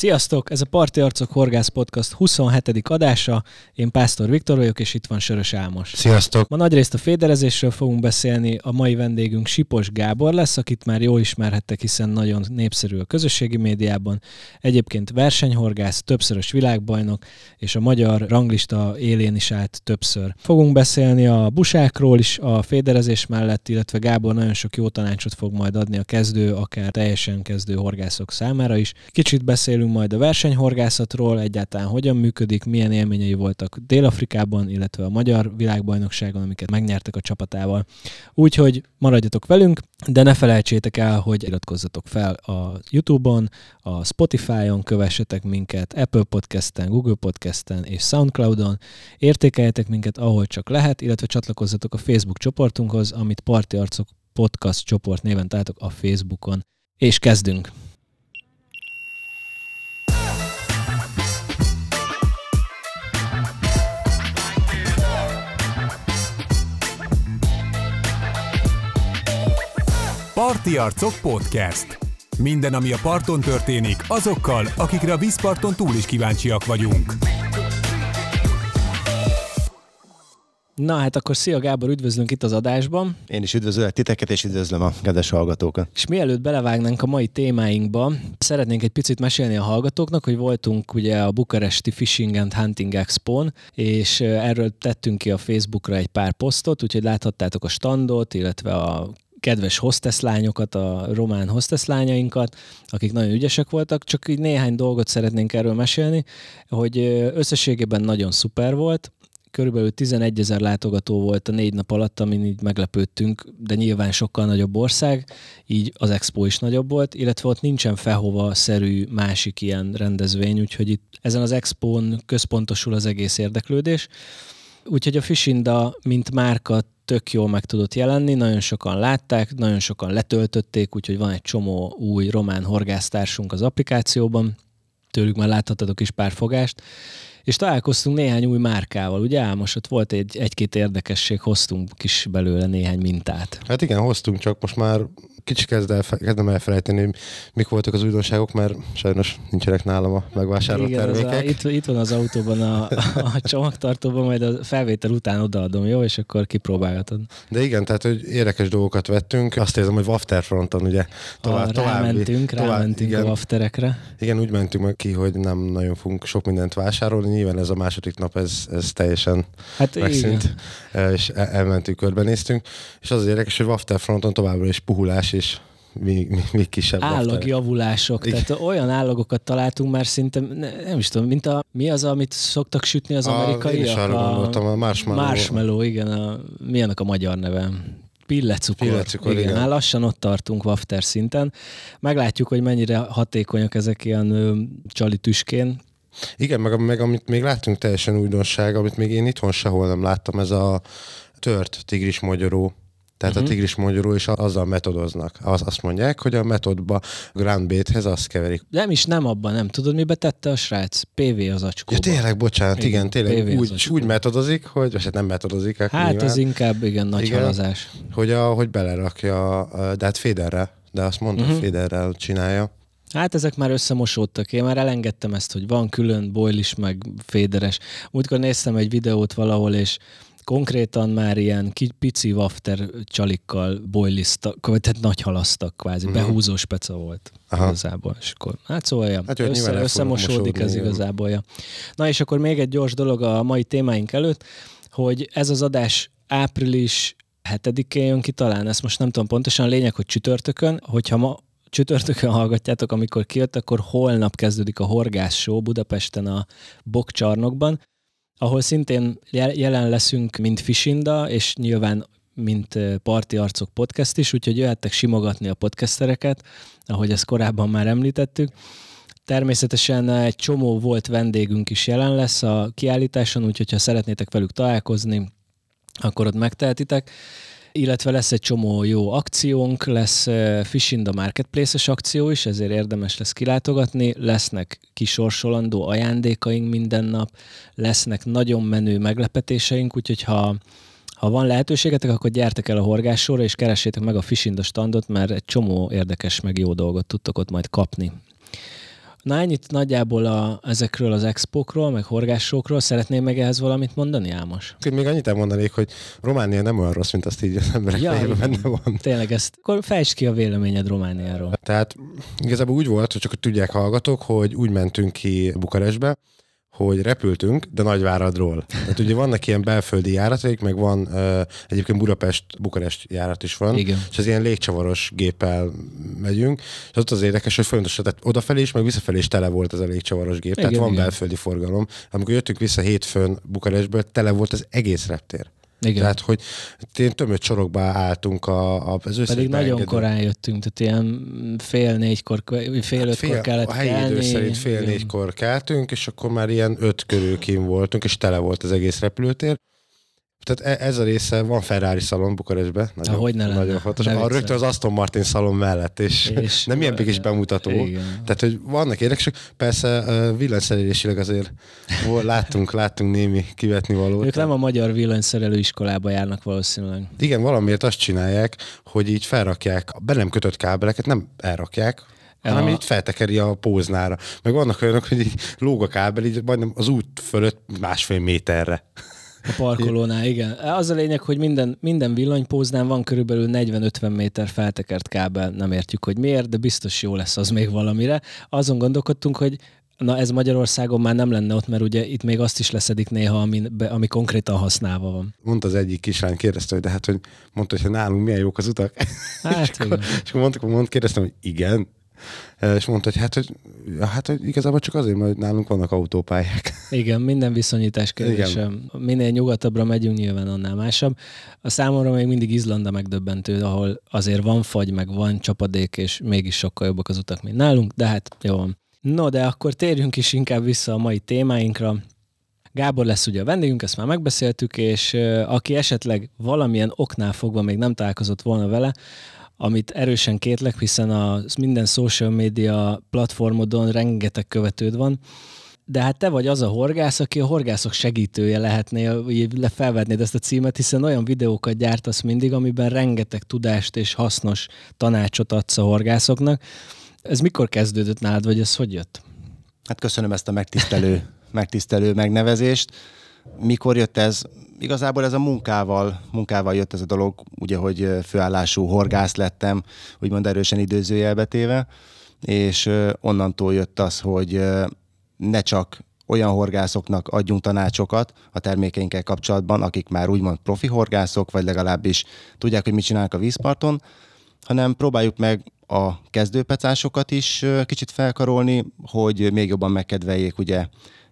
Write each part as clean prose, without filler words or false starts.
Sziasztok! Ez a Parti Arcok Horgász Podcast 27. adása. Én Pásztor Viktor vagyok, és itt van Sörös Álmos. Sziasztok! Ma nagyrészt a féderezésről fogunk beszélni. A mai vendégünk Sipos Gábor lesz, akit már jól ismerhettek, hiszen nagyon népszerű a közösségi médiában. Egyébként versenyhorgász, többszörös világbajnok, és a magyar ranglista élén is állt többször. Fogunk beszélni a busákról is a féderezés mellett, illetve Gábor nagyon sok jó tanácsot fog majd adni a kezdő, akár teljesen kezdő horgászok számára is. Kicsit beszélünk majd a versenyhorgászatról, egyáltalán hogyan működik, milyen élményei voltak Dél-Afrikában, illetve a magyar világbajnokságon, amiket megnyertek a csapatával. Úgyhogy maradjatok velünk, de ne felejtsétek el, hogy iratkozzatok fel a YouTube-on, a Spotify-on, kövessetek minket, Apple Podcasten, Google Podcasten és Soundcloud-on, értékeljetek minket, ahol csak lehet, illetve csatlakozzatok a Facebook csoportunkhoz, amit Parti Arcok Podcast csoport néven találtok a Facebookon. És kezdünk! Parti Arcok Podcast. Minden, ami a parton történik, azokkal, akikre a vízparton túl is kíváncsiak vagyunk. Na hát akkor szia Gábor, üdvözlünk itt az adásban. Én is üdvözlök titeket, és üdvözlöm a kedves hallgatókat. És mielőtt belevágnánk a mai témáinkba, szeretnénk egy picit mesélni a hallgatóknak, hogy voltunk ugye a bukaresti Fishing and Hunting Expón, és erről tettünk ki a Facebookra egy pár posztot, úgyhogy láthattátok a standot, illetve a kedves hostesslányokat, a román hostesslányainkat, akik nagyon ügyesek voltak, csak így néhány dolgot szeretnénk erről mesélni, hogy összességében nagyon szuper volt, körülbelül 11 000 látogató volt a 4 nap alatt, amin így meglepődtünk, de nyilván sokkal nagyobb ország, így az expo is nagyobb volt, illetve ott nincsen Fehova-szerű másik ilyen rendezvény, úgyhogy itt ezen az expón központosul az egész érdeklődés. Úgyhogy a Fishinda, mint márka, tök jól meg tudott jelenni, nagyon sokan látták, nagyon sokan letöltötték, úgyhogy van egy csomó új román horgásztársunk az applikációban, tőlük már láthatatok is pár fogást, és találkoztunk néhány új márkával, ugye Álmos, ott volt egy-két érdekesség, hoztunk is belőle néhány mintát. Hát igen, hoztunk, csak most már kicsit kezdem elfelejteni, mik voltak az újdonságok, mert sajnos nincsenek nálam a megvásárolt termékek. Itt van az autóban a csomagtartóban, majd a felvétel után odaadom, jó? És akkor kipróbálhatod. De igen, tehát hogy érdekes dolgokat vettünk. Azt érzem, hogy Wafterfronton ugye rámentünk a Wafterekre. Igen, úgy mentünk meg ki, hogy nem nagyon fogunk sok mindent vásárolni. Nyilván ez a második nap, ez teljesen megszűnt. És elmentünk, körbenéztünk. És az érdekes, hogy Wafterfronton továbbra is puhulás és még kisebb állagjavulások, tehát olyan állagokat találtunk már szinte, nem is tudom, mi az, amit szoktak sütni az amerikaiak? Én is arra gondoltam, a marshmallow. Marshmallow, igen, mi annak a magyar neve? Pillecukor, igen. Hát lassan ott tartunk Wafter szinten. Meglátjuk, hogy mennyire hatékonyak ezek ilyen csali tüskén. Igen, meg amit még láttunk teljesen újdonság, amit még én itthon sehol nem láttam, ez a tört tigrismogyoró. Tehát a tigrismogyoró és azzal metodoznak. Azt mondják, hogy a metodba groundbaithez azt keverik. Nem abban, nem tudod, mibe tette a srác? PV az acskóba. Ja, tényleg, bocsánat, igen tényleg úgy metodozik, hogy hát nem metodozik. Hát nyilván, az inkább, igen, nagy halazás. Hogy belerakja, de hát féderrel, de azt mondta, féderrel csinálja. Hát ezek már összemosódtak. Én már elengedtem ezt, hogy van külön boilis meg féderes. Múltkor néztem egy videót valahol, és konkrétan már ilyen pici wafter csalikkal boiliztak, tehát nagy halasztak kvázi, behúzó speca volt igazából. És akkor, hát szóval összemosódik ez igazából. Ja. Na és akkor még egy gyors dolog a mai témáink előtt, hogy ez az adás április 7-én jön ki talán, ezt most nem tudom pontosan, a lényeg, hogy csütörtökön, hogyha ma csütörtökön hallgatjátok, amikor kijött, akkor holnap kezdődik a Horgász Show Budapesten a Bokcsarnokban, ahol szintén jelen leszünk, mint Fishinda, és nyilván mint Parti Arcok Podcast is, úgyhogy jöhettek simogatni a podcastereket, ahogy ezt korábban már említettük. Természetesen egy csomó volt vendégünk is jelen lesz a kiállításon, úgyhogy ha szeretnétek velük találkozni, akkor ott megtehetitek. Illetve lesz egy csomó jó akciónk, lesz Fishinda Marketplace-es akció is, ezért érdemes lesz kilátogatni, lesznek kisorsolandó ajándékaink minden nap, lesznek nagyon menő meglepetéseink, úgyhogy ha van lehetőségetek, akkor gyertek el a horgássóra, és keressétek meg a Fishinda standot, mert egy csomó érdekes meg jó dolgot tudtok ott majd kapni. Na ennyit nagyjából ezekről az expókról, meg horgássókról. Szeretnél meg ehhez valamit mondani, Ámos? Még annyit elmondanék, hogy Románia nem olyan rossz, mint azt így az emberek fejében benne van. Tényleg ezt. Akkor fejtsd ki a véleményed Romániáról. Tehát igazából úgy volt, hogy csak tudják hallgatók, hogy úgy mentünk ki Bukarestbe, hogy repültünk, de Nagyváradról. Tehát ugye vannak ilyen belföldi járatok, meg van egyébként Budapest-Bukarest járat is van, igen. És az ilyen légcsavaros géppel megyünk, és ott az érdekes, hogy folyamatosan, tehát odafelé is, meg visszafelé is tele volt ez a légcsavaros gép, igen, tehát van belföldi forgalom. Amikor jöttünk vissza hétfőn Bukarestből, tele volt az egész reptér. Igen. Tehát, hogy tömött sorokba álltunk az összes pedig nagyon korán jöttünk, tehát ilyen fél ötkor kellett a helyi idő szerint fél négykor keltünk, és akkor már ilyen 5 körül kín voltunk, és tele volt az egész repülőtér. Tehát ez a része, van Ferrari szalon Bukarestben, nagyon fontos. Rögtön az Aston Martin szalon mellett, és nem ilyen is bemutató. Igen. Tehát, hogy vannak érdekesek. Persze villanyszerelésileg azért láttunk némi kivetni valót. Ők nem a magyar villanyszerelő iskolába járnak valószínűleg. Igen, valamiért azt csinálják, hogy így felrakják, a be nem kötött kábeleket nem elrakják, hanem így feltekeri a póznára. Meg vannak olyanok, hogy így lóg a kábel, így majdnem az út fölött 1,5 méterre. A parkolónál, igen. Az a lényeg, hogy minden villanypóznán van körülbelül 40-50 méter feltekert kábel, nem értjük, hogy miért, de biztos jó lesz az még valamire. Azon gondolkodtunk, hogy na ez Magyarországon már nem lenne ott, mert ugye itt még azt is leszedik néha, ami konkrétan használva van. Mondta az egyik kislány, kérdezte, hogy de hát, hogy mondta, hogy nálunk milyen jók az utak. Hát, és akkor kérdeztem, hogy igen. És mondta, hogy hogy igazából csak azért, mert nálunk vannak autópályák. Igen, minden viszonyítás kérdése. Minél nyugatabbra megyünk, nyilván annál másabb. A számomra még mindig Izlanda megdöbbentő, ahol azért van fagy, meg van csapadék, és mégis sokkal jobbak az utak, mint nálunk, de hát jó van. No, de akkor térjünk is inkább vissza a mai témáinkra. Gábor lesz ugye a vendégünk, ezt már megbeszéltük, és aki esetleg valamilyen oknál fogva még nem találkozott volna vele, amit erősen kétlek, hiszen minden social media platformodon rengeteg követőd van, de hát te vagy az a horgász, aki a horgászok segítője lehetnél, felvetnéd ezt a címet, hiszen olyan videókat gyártasz mindig, amiben rengeteg tudást és hasznos tanácsot adsz a horgászoknak. Ez mikor kezdődött nálad, vagy ez hogy jött? Hát köszönöm ezt a megtisztelő megnevezést. Mikor jött ez? Igazából ez a munkával jött ez a dolog, ugye, hogy főállású horgász lettem, úgymond erősen időzőjelbe téve, és onnantól jött az, hogy ne csak olyan horgászoknak adjunk tanácsokat a termékeinkkel kapcsolatban, akik már úgymond profi horgászok, vagy legalábbis tudják, hogy mit csinálnak a vízparton, hanem próbáljuk meg a kezdőpecásokat is kicsit felkarolni, hogy még jobban megkedveljék ugye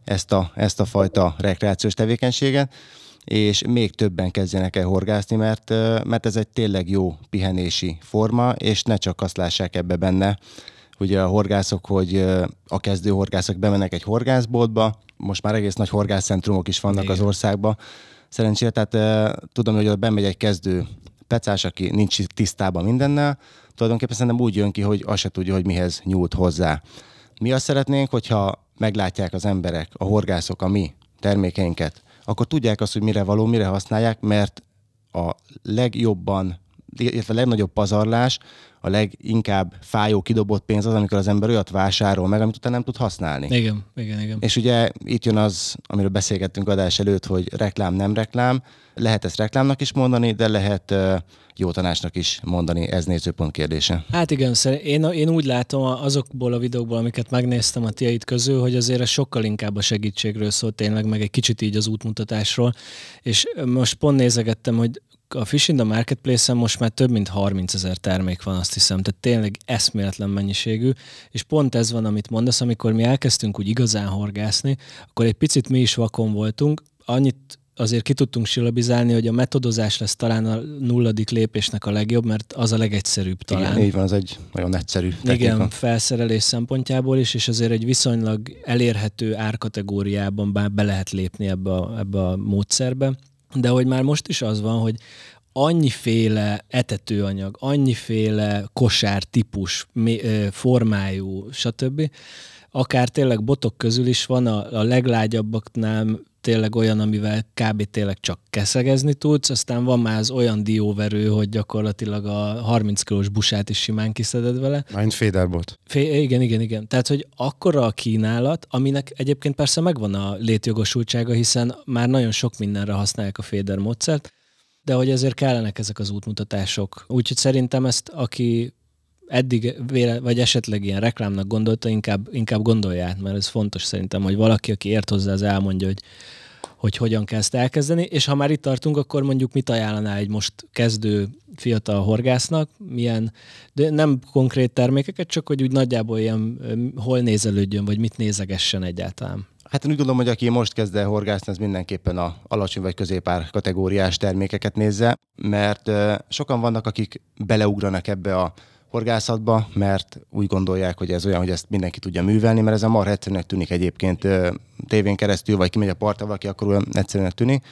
ezt a fajta rekreációs tevékenységet, és még többen kezdjenek el horgászni, mert ez egy tényleg jó pihenési forma, és ne csak azt lássák ebbe benne, ugye a horgászok, hogy a kezdő horgászok bemennek egy horgászboltba, most már egész nagy horgászcentrumok is vannak az országban, szerencsére, tehát tudom, hogy oda bemegy egy kezdő pecás, aki nincs tisztában mindennel, tulajdonképpen szerintem úgy jön ki, hogy azt se tudja, hogy mihez nyúlt hozzá. Mi azt szeretnénk, hogyha meglátják az emberek, a horgászok a mi termékeinket, akkor tudják azt, hogy mire való, mire használják, mert a legjobban, illetve a legnagyobb pazarlás, a leginkább fájó, kidobott pénz az, amikor az ember olyat vásárol meg, amit utána nem tud használni. Igen. És ugye itt jön az, amiről beszélgettünk adás előtt, hogy reklám, nem reklám. Lehet ezt reklámnak is mondani, de lehet jó tanácsnak is mondani, ez nézőpont kérdése. Hát igen, én úgy látom azokból a videókból, amiket megnéztem a tiéd közül, hogy azért ez sokkal inkább a segítségről szól tényleg, meg egy kicsit így az útmutatásról. És most pont nézegettem, hogy a Fish in the Marketplace-en most már több mint 30 000 termék van, azt hiszem, tehát tényleg eszméletlen mennyiségű, és pont ez van, amit mondasz, amikor mi elkezdtünk úgy igazán horgászni, akkor egy picit mi is vakon voltunk, annyit azért ki tudtunk silabizálni, hogy a metodozás lesz talán a 0. lépésnek a legjobb, mert az a legegyszerűbb talán. Igen, így van, az egy nagyon egyszerű technika. Igen, felszerelés szempontjából is, és azért egy viszonylag elérhető árkategóriában be lehet lépni ebbe a módszerbe. De hogy már most is az van, hogy annyiféle etetőanyag, annyiféle kosár típus, formájú, stb. Akár tényleg botok közül is van a leglágyabbaknál tényleg olyan, amivel kb. Tényleg csak keszegezni tudsz, aztán van már az olyan dióverő, hogy gyakorlatilag a 30 kilós busát is simán kiszeded vele. Mind féderbot. Igen. Tehát, hogy akkora a kínálat, aminek egyébként persze megvan a létjogosultsága, hiszen már nagyon sok mindenre használják a féder módszert, de hogy ezért kellenek ezek az útmutatások. Úgyhogy szerintem ezt, aki eddig vagy esetleg ilyen reklámnak gondolta, inkább gondolja át, mert ez fontos szerintem, hogy valaki, aki ért hozzá, az elmondja, hogy hogyan kell ezt elkezdeni, és ha már itt tartunk, akkor mondjuk mit ajánlanál egy most kezdő fiatal horgásznak, milyen, de nem konkrét termékeket, csak hogy úgy nagyjából ilyen hol nézelődjön, vagy mit nézegessen egyáltalán. Hát én úgy gondolom, hogy aki most kezd el horgászni, az mindenképpen a alacsony vagy középár kategóriás termékeket nézze, mert sokan vannak, akik beleugranak ebbe a horgászatba, mert úgy gondolják, hogy ez olyan, hogy ezt mindenki tudja művelni, mert ez a marha egyszerűnek tűnik egyébként tévén keresztül, vagy kimegy a partra valaki, akkor olyan egyszerűnek tűnik,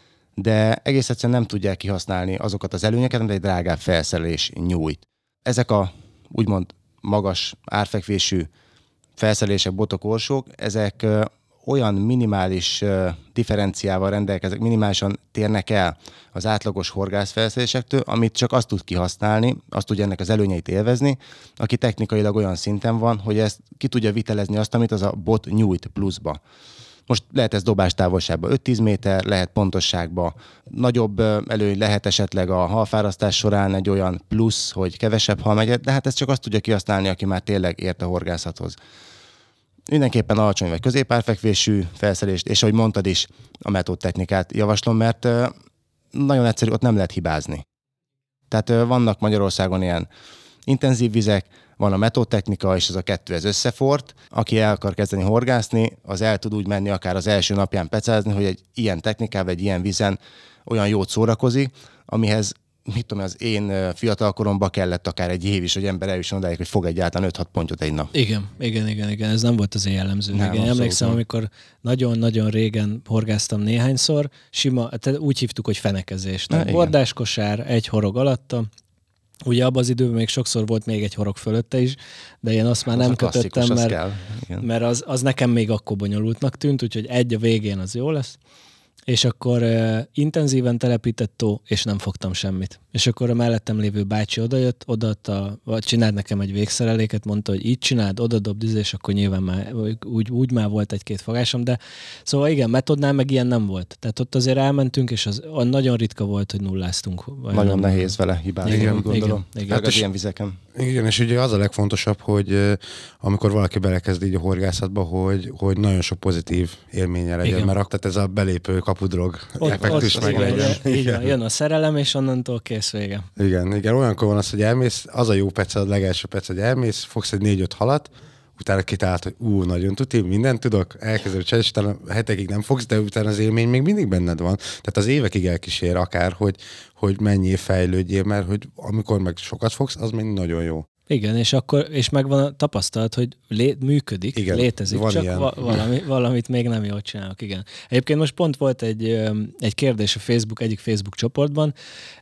de egész egyszerűen nem tudják kihasználni azokat az előnyeket, amit egy drágább felszerelés nyújt. Ezek a úgymond magas árfekvésű felszerelések, botok, orsók, ezek olyan minimális differenciával rendelkeznek, minimálisan térnek el az átlagos horgászfelszerelésektől, amit csak azt tud kihasználni, azt tudja ennek az előnyeit élvezni, aki technikailag olyan szinten van, hogy ezt ki tudja vitelezni azt, amit az a bot nyújt pluszba. Most lehet ez dobástávolságban 5-10 méter, lehet pontosságban nagyobb előny, lehet esetleg a halfárasztás során egy olyan plusz, hogy kevesebb hal megy, de hát ezt csak azt tudja kihasználni, aki már tényleg ért a horgászathoz. Mindenképpen alacsony vagy középárfekvésű felszerelést, és ahogy mondtad is, a metódtechnikát javaslom, mert nagyon egyszerű, ott nem lehet hibázni. Tehát vannak Magyarországon ilyen intenzív vizek, van a metódtechnika, és ez a kettő ez összefort. Aki el akar kezdeni horgászni, az el tud úgy menni akár az első napján pecázni, hogy egy ilyen technikával, egy ilyen vizen olyan jót szórakozik, amihez mit tudom, az én fiatalkoromban kellett akár egy év is, hogy ember eljusson odáig, hogy fog egyáltalán 5-6 pontot egy nap. Igen. Ez nem volt az én jellemző. Igen, emlékszem, amikor nagyon-nagyon régen horgáztam néhányszor, sima, úgy hívtuk, hogy fenekezés. Hordáskosár, egy horog alatta. Ugye abban az időben még sokszor volt még egy horog fölötte is, de én azt már nem kötöttem, mert az nekem még akkor bonyolultnak tűnt, úgyhogy egy a végén az jó lesz. És akkor intenzíven telepített tó, és nem fogtam semmit. És akkor a mellettem lévő bácsi odajött, odaadta, csináld nekem egy végszereléket, mondta, hogy így csináld, odadobd, és akkor nyilván már úgy már volt egy-két fogásom, de szóval igen, metodnál meg ilyen nem volt. Tehát ott azért elmentünk, és az nagyon ritka volt, hogy nulláztunk. Nagyon nehéz vele hibázni, igen, gondolom. Igen. Hát az ilyen vizeken. Igen, és ugye az a legfontosabb, hogy amikor valaki belekezd így a horgászatba, hogy nagyon sok pozitív élménye legyen, igen. Mert tehát ez a belépő kapudrog effektus meg legyen. Igen, jön a szerelem, és onnantól kész vége. Igen, olyankor van az, hogy elmész, az a jó pece, a legelső pece, hogy elmész, fogsz egy 4-5 halat, utána kitalált, hogy nagyon tuti, mindent tudok, elkezded csinálni, és utána hetekig nem fogsz, de utána az élmény még mindig benned van. Tehát az évekig elkísér akár, hogy mennyi fejlődjél, mert hogy amikor meg sokat fogsz, az még nagyon jó. Igen, és megvan a tapasztalat, hogy működik, igen, létezik, csak valamit még nem jól csinálok, igen. Egyébként most pont volt egy kérdés a egyik Facebook csoportban,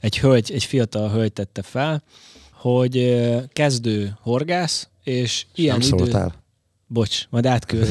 egy fiatal hölgy tette fel, hogy kezdő horgász, és ilyen nem szóltál. Bocs, majd átküldöm.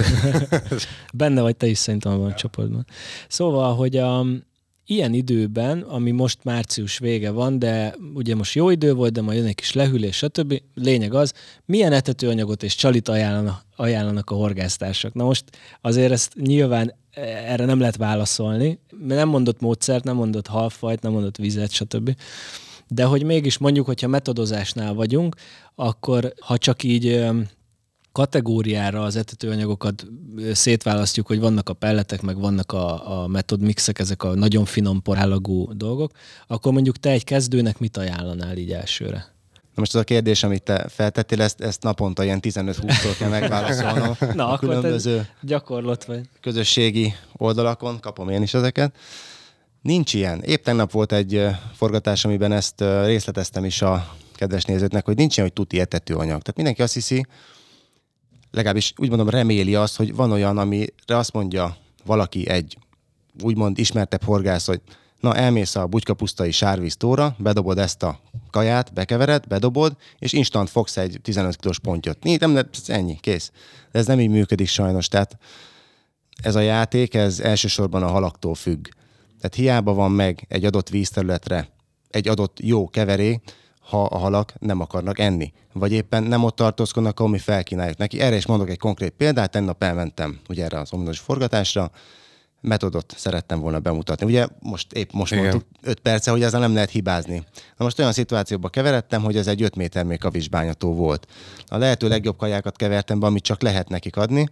Benne vagy te is szerintem abban a csoportban. Szóval, hogy ilyen időben, ami most március vége van, de ugye most jó idő volt, de majd jön egy kis lehűlés, stb. Lényeg az, milyen etetőanyagot és csalit ajánlanak a horgásztársak. Na most azért ezt nyilván erre nem lehet válaszolni, mert nem mondott módszert, nem mondott halfajt, nem mondott vizet, stb. De hogy mégis mondjuk, hogyha metodozásnál vagyunk, akkor ha csak így kategóriára az etetőanyagokat szétválasztjuk, hogy vannak a pelletek, meg vannak a metodmixek, ezek a nagyon finom porállagú dolgok, akkor mondjuk te egy kezdőnek mit ajánlanál így elsőre? Na most az a kérdés, amit te feltettél, ezt naponta ilyen 15-20-tól kell megválaszolnom. Na, a különböző gyakorlott vagy. Közösségi oldalakon, kapom én is ezeket. Nincs ilyen. Épp tegnap volt egy forgatás, amiben ezt részleteztem is a kedves nézőknek, hogy nincs ilyen, hogy tuti etetőanyag. Tehát mindenki azt hiszi, legalábbis úgy mondom, reméli azt, hogy van olyan, amire azt mondja valaki egy úgymond ismertebb horgász, hogy na, elmész a bugykapusztai sárvíz tóra, bedobod ezt a kaját, bekevered, bedobod, és instant fogsz egy 15 kilós pontyot. Nem, ennyi, kész. De ez nem így működik sajnos. Tehát ez a játék, ez elsősorban a halaktól függ. Tehát hiába van meg egy adott vízterületre egy adott jó keverék, ha a halak nem akarnak enni. Vagy éppen nem ott tartózkodnak, ahol mi felkínáljuk neki. Erre is mondok egy konkrét példát, tegnap elmentem ugye erre az ominózus forgatásra, metodot szerettem volna bemutatni. Ugye most mondtuk 5 perce, hogy ezzel nem lehet hibázni. Na most olyan szituációba keveredtem, hogy ez egy 5 méter mély kavicsbányató volt. A lehető legjobb kajákat kevertem be, amit csak lehet nekik adni,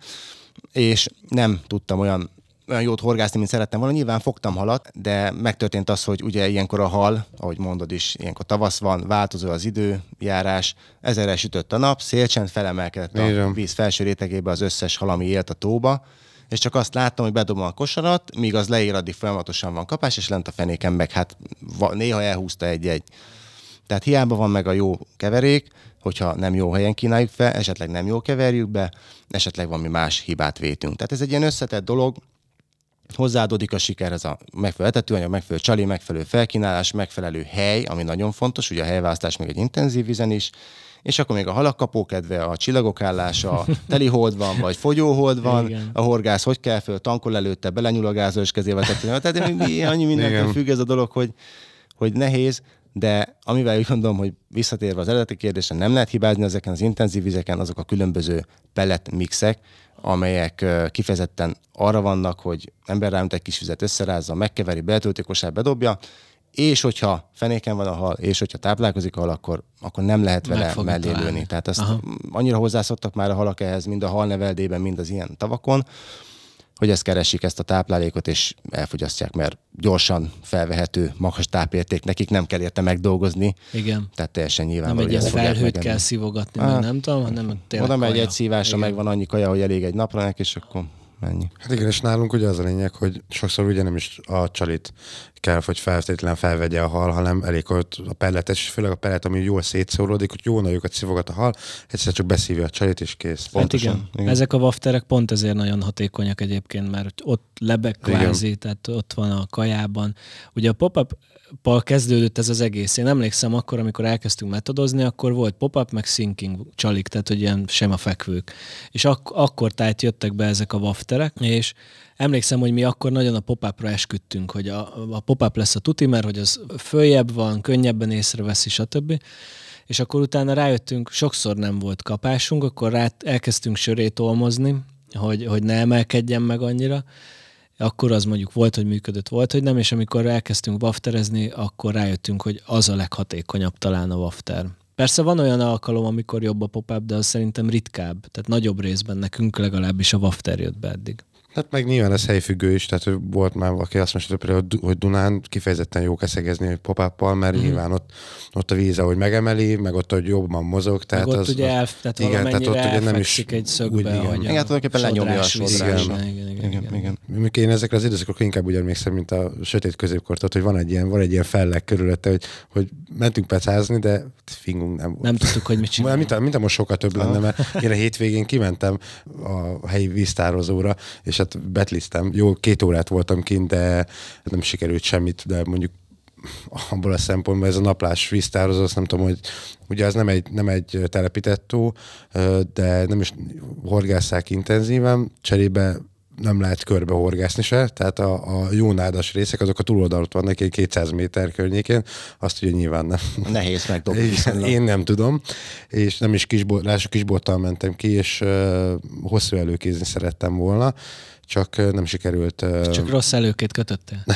és nem tudtam olyan jót horgászni, mint szerettem volna. Nyilván fogtam halat, de megtörtént az, hogy ugye ilyenkor a hal, ahogy mondod is, ilyenkor tavasz van, változó az időjárás, ezerre sütött a nap, szélcsend, felemelkedett a víz felső rétegébe az összes hal, ami élt a tóba, és csak azt láttam, hogy bedobom a kosarat, míg az leér, addig folyamatosan van kapás, és lent a fenéken meg hát néha elhúzta egy-egy. Tehát hiába van meg a jó keverék, hogyha nem jó helyen kínáljuk fel, esetleg nem jól keverjük be, esetleg valami más hibát vétünk. Tehát ez egy ilyen összetett dolog, hozzáadódik a sikerhez a megfelelő etetőanyag, megfelelő csali, megfelelő felkínálás, megfelelő hely, ami nagyon fontos, ugye a helyválasztás még egy intenzív vízen is, és akkor még a halakkapókedve, a csillagok állása, teli hold van, vagy fogyóhold van, igen. A horgász hogy kell föl, tankol előtte, belenyúl a gázolós kezével, tehát annyi mindentől függ ez a dolog, hogy nehéz, de amivel úgy gondolom, hogy visszatérve az eredeti kérdésre, nem lehet hibázni ezeken az intenzív vizeken, azok a különböző pellet mixek, amelyek kifejezetten arra vannak, hogy ember ráönt egy kis vizet, összerázza, megkeveri, beletölti a kosár, bedobja, és hogyha fenéken van a hal, és hogyha táplálkozik a hal, akkor nem lehet vele mellé lőni. Tehát ezt annyira hozzászoktak már a halak ehhez, mind a halneveldében, mind az ilyen tavakon, hogy ezt keresik, ezt a táplálékot, és elfogyasztják, mert gyorsan felvehető, magas tápérték, nekik nem kell érte megdolgozni. Igen. Tehát teljesen nyilvánvaló. Nem egy ilyen felhőt kell szívogatni, meg nem tudom, hanem tényleg oda megy egy szívásra, megvan annyi kaja, hogy elég egy napra neki, és akkor mennyi. Hát igen, és nálunk ugye az a lényeg, hogy sokszor ugye nem is a csalit kell, hogy feltétlenül felvegye a hal, hanem elég, hogy a pelletes, és főleg a pellet, ami jól szétszóródik, hogy jó nagyokat szívogat a hal, egyszer csak beszívja a csalit, és kész. Hát igen. Ezek a wafterek pont ezért nagyon hatékonyak egyébként, mert ott lebeg kvázi, tehát ott van a kajában. Ugye a pop-up-pal kezdődött ez az egész. Én emlékszem akkor, amikor elkezdtünk metodozni, akkor volt pop-up, meg sinking csalik, tehát hogy ilyen semafekvők. És akkor tájt jöttek be ezek a wafterek, és emlékszem, hogy mi akkor nagyon a pop-upra esküdtünk, hogy a pop-up lesz a tuti, mert hogy az följebb van, könnyebben észreveszi, stb. És akkor utána rájöttünk, sokszor nem volt kapásunk, akkor elkezdtünk sörét olmozni, hogy ne emelkedjen meg annyira. Akkor az mondjuk volt, hogy működött, volt, hogy nem, és amikor elkezdtünk wafterezni, akkor rájöttünk, hogy az a leghatékonyabb talán a wafter. Persze van olyan alkalom, amikor jobb a pop-up, de az szerintem ritkább. Tehát nagyobb részben nekünk legalábbis a wafter jött be eddig. Hát meg nyilván ez helyfüggő is, tehát volt már, aki azt mondta például, hogy Dunán kifejezetten jó eszegezni pop-up-pal, mert nyilván ott a víz, ahogy megemeli, meg ott, hogy jobban mozog. Tehát meg ott ugye tehát ott ugye nem is egy szögbe, igen. hogy igen, tulajdonképpen lenyomja a sodrásra. Igen. Én ezekre az időszakokra inkább úgy emlékszem, mint a sötét középkortot, hogy van egy ilyen felleg körülötte, hogy mentünk pecázni, de fingunk nem volt. Nem tudtuk, hogy mit csinálni. Mint most sokkal több lenne, mert én a hétvégén kimentem a helyi víztározóra, és hát betliztem. Jó, 2 órát voltam kint, de nem sikerült semmit, de mondjuk abból a szempontból ez a naplás víztározó, azt nem tudom, hogy ugye az nem egy telepített tó, de nem is horgásszák intenzíven, cserébe nem lehet körbe horgászni se, tehát a jó nádas részek, azok a túloldalot vannak egy 200 méter környékén, azt ugye nyilván nem. Nehéz megdobni. Én nem tudom, és nem is kisbolttal mentem ki, és hosszú előkézni szerettem volna, csak nem sikerült. Csak rossz előkét kötöttél?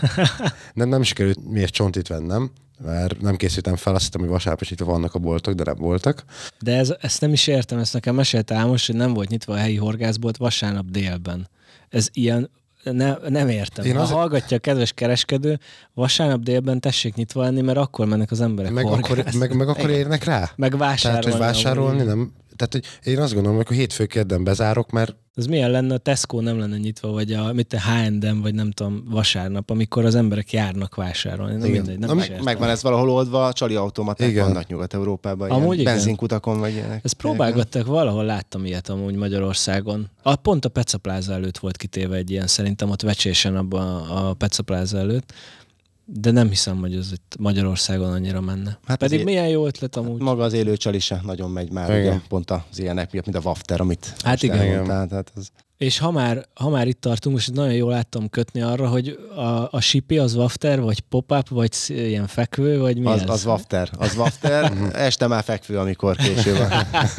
nem sikerült miért csontit vennem, mert nem készültem fel, azt hittem, hogy vasárnap is itt vannak a boltok, de nem voltak. De ezt nem is értem, ezt nekem mesélte Ámos, hogy nem volt nyitva a helyi horgászbolt vasárnap délben. Ez ilyen, nem értem. Ha hallgatja a kedves kereskedő, vasárnap délben tessék nyitva lenni, mert akkor mennek az emberek horgászni. Meg akkor érnek rá. Meg vásárolni. Tehát, hogy vásárolni nem. Tehát, hogy én azt gondolom, hogy hétfő kedden bezárok, mert... Ez milyen lenne, a Tesco nem lenne nyitva, vagy a H&M, vagy nem tudom, vasárnap, amikor az emberek járnak vásárolni. Nem mindegy, nem is megvan ez valahol oldva, a csali automaták vannak Nyugat-Európában, amúgy ilyen benzinkutakon, vagy ilyenek. Ezt próbálgattak, valahol láttam ilyet amúgy Magyarországon. Pont a Peca Plaza előtt volt kitéve egy ilyen, szerintem ott Vecsésen abban a Peca Plaza előtt. De nem hiszem, hogy ez itt Magyarországon annyira menne. Hát pedig milyen jó ötlet amúgy. Maga az élő csali se nagyon megy már, ugye, pont az ilyenek miatt, mint a wafter, amit hát igen. Tehát az... És ha már itt tartunk, most nagyon jól láttam kötni arra, hogy a sipi az wafter, vagy pop-up, vagy ilyen fekvő, vagy mi az wafter. Az wafter. Este már fekvő, amikor késő van.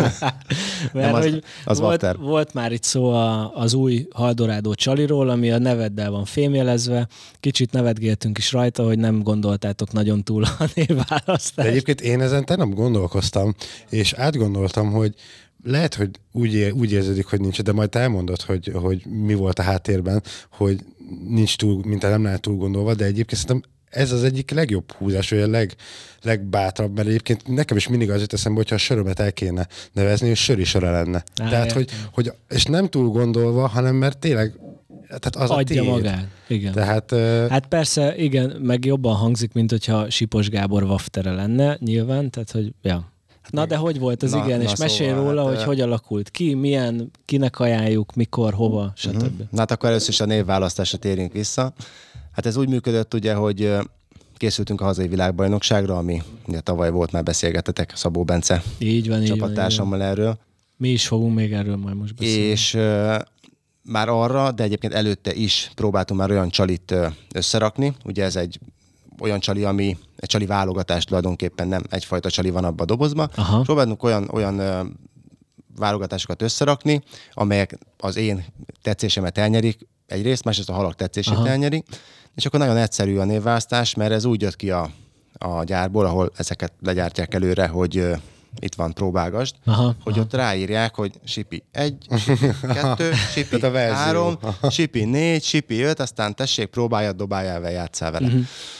Mert az volt már itt szó az új Haldorádó csaliról, ami a neveddel van fémjelezve. Kicsit nevetgéltünk is rajta, hogy nem gondoltátok nagyon túl a névválasztást. De egyébként én ezen tegnap gondolkoztam, és átgondoltam, hogy lehet, hogy úgy érződik, hogy nincs, de majd te elmondod, hogy mi volt a háttérben, hogy nincs túl, mint nem lenne túl gondolva, de egyébként szerintem ez az egyik legjobb húzás, vagy a legbátrabb, mert egyébként nekem is mindig az jut eszembe, hogyha a sörömet el kéne nevezni, hogy söri sora lenne. Tehát, hogy, és nem túl gondolva, hanem mert tényleg tehát az adja magát. Igen. Tehát, hát persze, igen, meg jobban hangzik, mint hogyha Sipos Gábor waftere lenne, nyilván, tehát, hogy ja. Na, de hogy volt az és mesélj szóval, róla, hogy alakult ki, milyen, kinek ajánljuk, mikor, hova, stb. Na hát akkor először is a névválasztásra térjünk vissza. Hát ez úgy működött ugye, hogy készültünk a hazai világbajnokságra, ami ugye tavaly volt, már beszélgettetek Szabó Bence csapattársammal erről. Mi is fogunk még erről majd most beszélni. És már arra, de egyébként előtte is próbáltunk már olyan csalit összerakni. Ugye ez egy olyan csali, ami egy csali válogatás tulajdonképpen, nem egyfajta csali van abban a dobozban. Próbálunk olyan válogatásokat összerakni, amelyek az én tetszésemet elnyerik egyrészt, másrészt a halak tetszését elnyerik. És akkor nagyon egyszerű a névválasztás, mert ez úgy jött ki a gyárból, ahol ezeket legyártják előre, hogy itt van, próbálgasd, hogy ott ráírják, hogy sipi 1, sipi 2, sipi 3, sipi 4, sipi 5, aztán tessék, próbáljad, dobáljál vele, játsszál vele.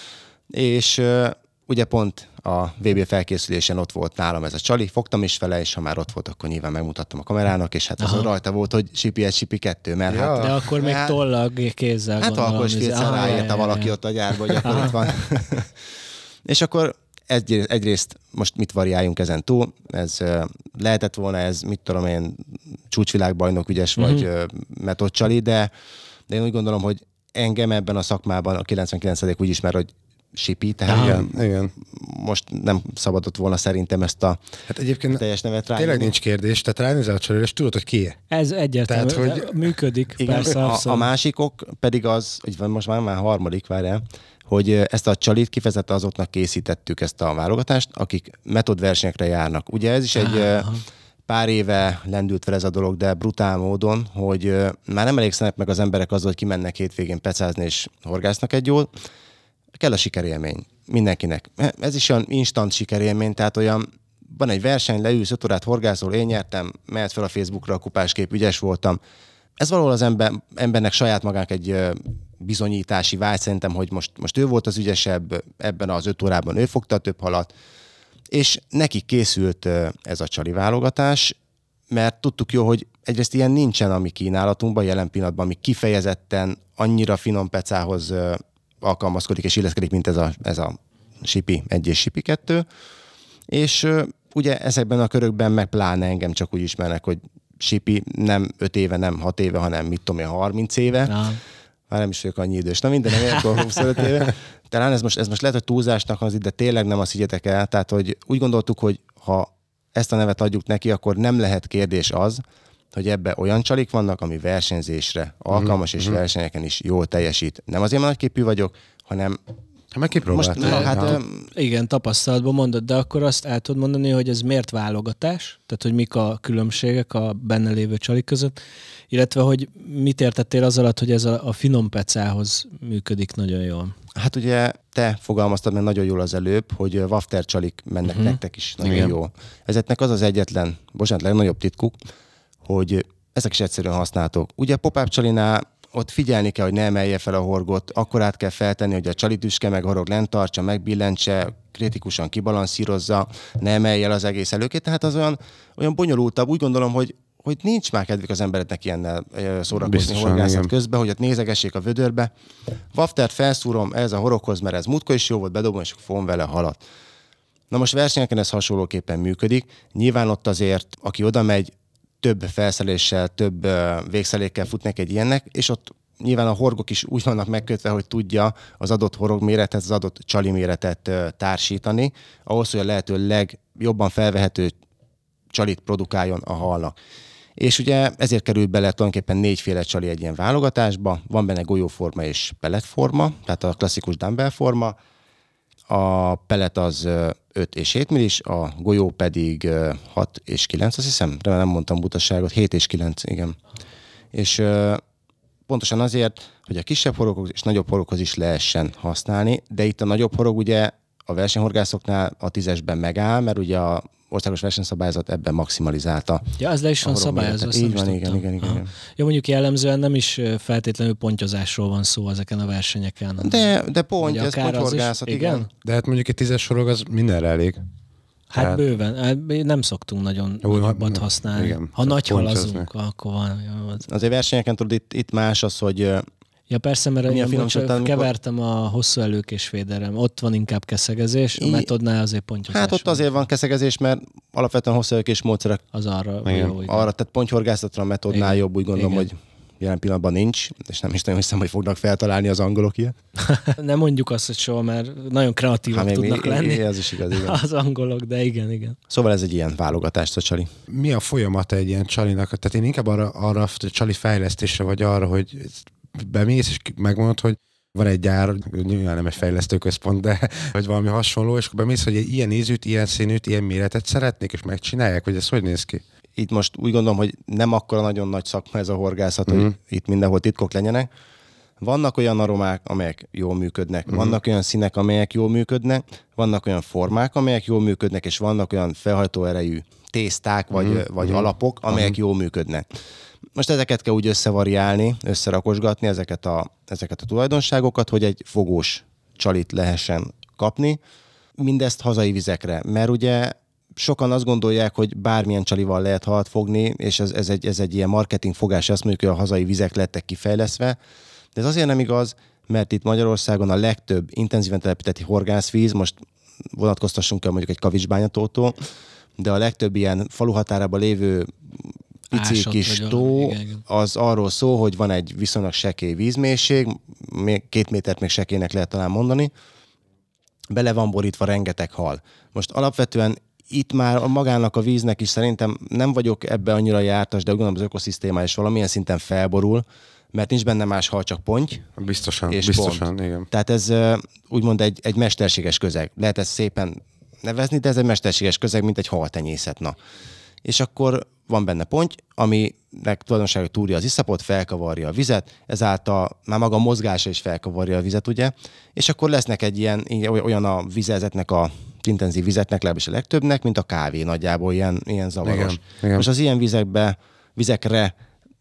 És ugye pont a VB felkészülésen ott volt nálam ez a csali, fogtam is vele, és ha már ott volt, akkor nyilván megmutattam a kamerának, és hát azon rajta volt, hogy sipi 1, sipi 2, mert hát... De akkor még tollag, kézzel hát gondolom. Hát akkor is kétszer ráírta valaki ott a gyárba, hogy akkor ott van. És akkor egyrészt most mit variáljunk ezen túl, ez lehetett volna, ez mit tudom én, csúcsvilágbajnok ügyes vagy metodcsali, de én úgy gondolom, hogy engem ebben a szakmában a 99% úgy ismer, hogy sipi, tehát igen. most nem szabadott volna szerintem ezt a egyébként teljes nevet ráírni. Tényleg nincs kérdés, tehát ránézel a csalira, és tudod, hogy kié. Ez egyértelmű, tehát, hogy működik, igen, persze. A másikok pedig az, hogy most már harmadik, várjál, hogy ezt a csalit kifejezetten azoknak készítettük ezt a válogatást, akik metodversenyekre járnak. Ugye ez is egy pár éve lendült fel ez a dolog, de brutál módon, hogy már nem elégszenek meg az emberek azzal, hogy kimennek hétvégén pecázni és horgásznak egy jót. Kell a sikerélmény mindenkinek. Ez is olyan instant sikerélmény, tehát olyan van egy verseny, leülsz 5 órát horgászol, én nyertem, mehet fel a Facebookra a kupáskép, ügyes voltam. Ez valahol az embernek saját magának egy bizonyítási vágy, szerintem, hogy most ő volt az ügyesebb, ebben az 5 órában ő fogta a több halat, és neki készült ez a csali válogatás, mert tudtuk jó, hogy egyrészt ilyen nincsen a mi kínálatunkban jelen pillanatban, ami kifejezetten annyira finom pecához alkalmazkodik és illeszkedik, mint ez a sipi 1 és sipi 2. És ugye ezekben a körökben meg pláne engem csak úgy ismernek, hogy sipi nem 5 éve, nem 6 éve, hanem mit tudom én, 30 éve. Már nem is vagyok annyi idős. Na minden, nem akkor 25 éve. Talán ez most lehet, hogy túlzásnak hangzik, de tényleg nem azt higgyetek el. Tehát, hogy úgy gondoltuk, hogy ha ezt a nevet adjuk neki, akkor nem lehet kérdés az, hogy ebbe olyan csalik vannak, ami versenyzésre alkalmas, és versenyeken is jól teljesít. Nem azért, mert nagyképű vagyok, hanem igen, tapasztalatban mondod, de akkor azt el tudod mondani, hogy ez miért válogatás, tehát hogy mik a különbségek a benne lévő csalik között, illetve hogy mit értettél az alatt, hogy ez a finom pecához működik nagyon jól. Hát ugye te fogalmaztad meg nagyon jól az előbb, hogy wafter csalik mennek nektek is nagyon jól. Ezeknek az egyetlen, legnagyobb titkuk, hogy ezek is egyszerűen használhatók. Ugye pop-up csalinál ott figyelni kell, hogy ne emelje fel a horgot, akkor át kell feltenni, hogy a csalitüske meg horog lent tartsa, megbillentse, kritikusan kibalanszírozza, ne emelje el az egész előkét. Tehát az olyan bonyolultabb. Úgy gondolom, hogy nincs már kedvük az embereknek ilyennel szórakozni horgászat közben, hogy ott nézegessék a vödörbe. Waftert felszúrom ez a horoghoz, mert ez múltkor is jó volt, bedobom, és fogom vele halat. Na most versenyeken ez hasonlóképpen működik. Nyilván ott azért, aki oda megy, több felszereléssel, több végszelékkel fut neki egy ilyennek, és ott nyilván a horgok is úgy vannak megkötve, hogy tudja az adott horog méretet, az adott csali méretet társítani, ahhoz, hogy a lehető legjobban felvehető csalit produkáljon a halnak. És ugye ezért került bele tulajdonképpen 4 csali egy ilyen válogatásba. Van benne golyóforma és pelletforma, tehát a klasszikus dumbbell forma. A pellet az 5 és 7 millis, a golyó pedig 6 és 9, azt hiszem, de nem mondtam butaságot, 7 és 9, igen. És pontosan azért, hogy a kisebb horoghoz és nagyobb horoghoz is lehessen használni, de itt a nagyobb horog ugye a versenyhorgászoknál a 10-esben megáll, mert ugye a országos versenyszabályzat ebben maximalizálta. Ja, az le is van szabályozva. Így van, igen. Jó, mondjuk jellemzően nem is feltétlenül pontyozásról van szó ezeken a versenyeken. De pont, ez pontyhorgászat, igen. De hát mondjuk egy 10-es sorog az mindenre elég. Hát tehát... bőven. Nem szoktunk nagyon nagyobbat használni. Igen, ha nagy halazunk, akkor van. Azért versenyeken tudod, itt más az, hogy ja persze, mert én kevertem a hosszú előkés féderem. Ott van inkább keszegezés, a metodnál azért pontyozás. Hát ott azért van keszegezés, mert alapvetően hosszú előkés módszerek az arra jó. Arra, tehát pontyhorgászatra a metodnál jobb, úgy gondolom, hogy jelen pillanatban nincs, és nem is nagyon hiszem, hogy fognak feltalálni az angolok ilyet. Nem mondjuk azt, hogy soha, mert nagyon kreatívak tudnak lenni ez is igaz, igen. Az angolok, de igen. Szóval ez egy ilyen válogatást a csali. Mi a folyamata egy ilyen csalinak? Tehát én inkább arra a csali fejlesztésre, vagy arra, hogy bemész, és megmondod, hogy van egy gyár, nyilván nem egy fejlesztőközpont, de hogy valami hasonló, és akkor bemész, hogy egy ilyen ízűt, ilyen színűt, ilyen méretet szeretnék, és megcsinálják, hogy ez hogy néz ki? Itt most úgy gondolom, hogy nem akkora nagyon nagy szakma ez a horgászat, hogy itt mindenhol titkok legyenek. Vannak olyan aromák, amelyek jól működnek, vannak olyan színek, amelyek jól működnek, vannak olyan formák, amelyek jól működnek, és vannak olyan felhajtó erejű tészták, vagy alapok, amelyek jól működnek. Most ezeket kell úgy összevariálni, összerakosgatni, ezeket a tulajdonságokat, hogy egy fogós csalit lehessen kapni. Mindezt hazai vizekre, mert ugye sokan azt gondolják, hogy bármilyen csalival lehet halat fogni, és ez egy ilyen marketing fogás, azt mondjuk, hogy a hazai vizek lettek kifejlesztve, de ez azért nem igaz, mert itt Magyarországon a legtöbb intenzíven telepített horgászvíz, most vonatkoztassunk el mondjuk egy Kavicsbányatótól, de a legtöbb ilyen falu határában lévő pici kis tó, az arról szól, hogy van egy viszonylag sekély vízmélység, 2 métert még sekélynek lehet talán mondani, bele van borítva rengeteg hal. Most alapvetően itt már magának a víznek is szerintem nem vagyok ebbe annyira jártas, de úgy gondolom az ökoszisztéma is valamilyen szinten felborul, mert nincs benne más hal, csak ponty. Biztosan, igen. Tehát ez úgymond egy mesterséges közeg. Lehet ezt szépen nevezni, de ez egy mesterséges közeg, mint egy haltenyészet. Na. És akkor van benne ponty, aminek tulajdonsága túrja az iszapot, felkavarja a vizet, ezáltal már maga a mozgása is felkavarja a vizet, ugye? És akkor lesznek olyan a vizezetnek, a intenzív vizetnek, legalábbis a legtöbbnek, mint a kávé nagyjából, ilyen zavaros. Igen. Most az ilyen vizekre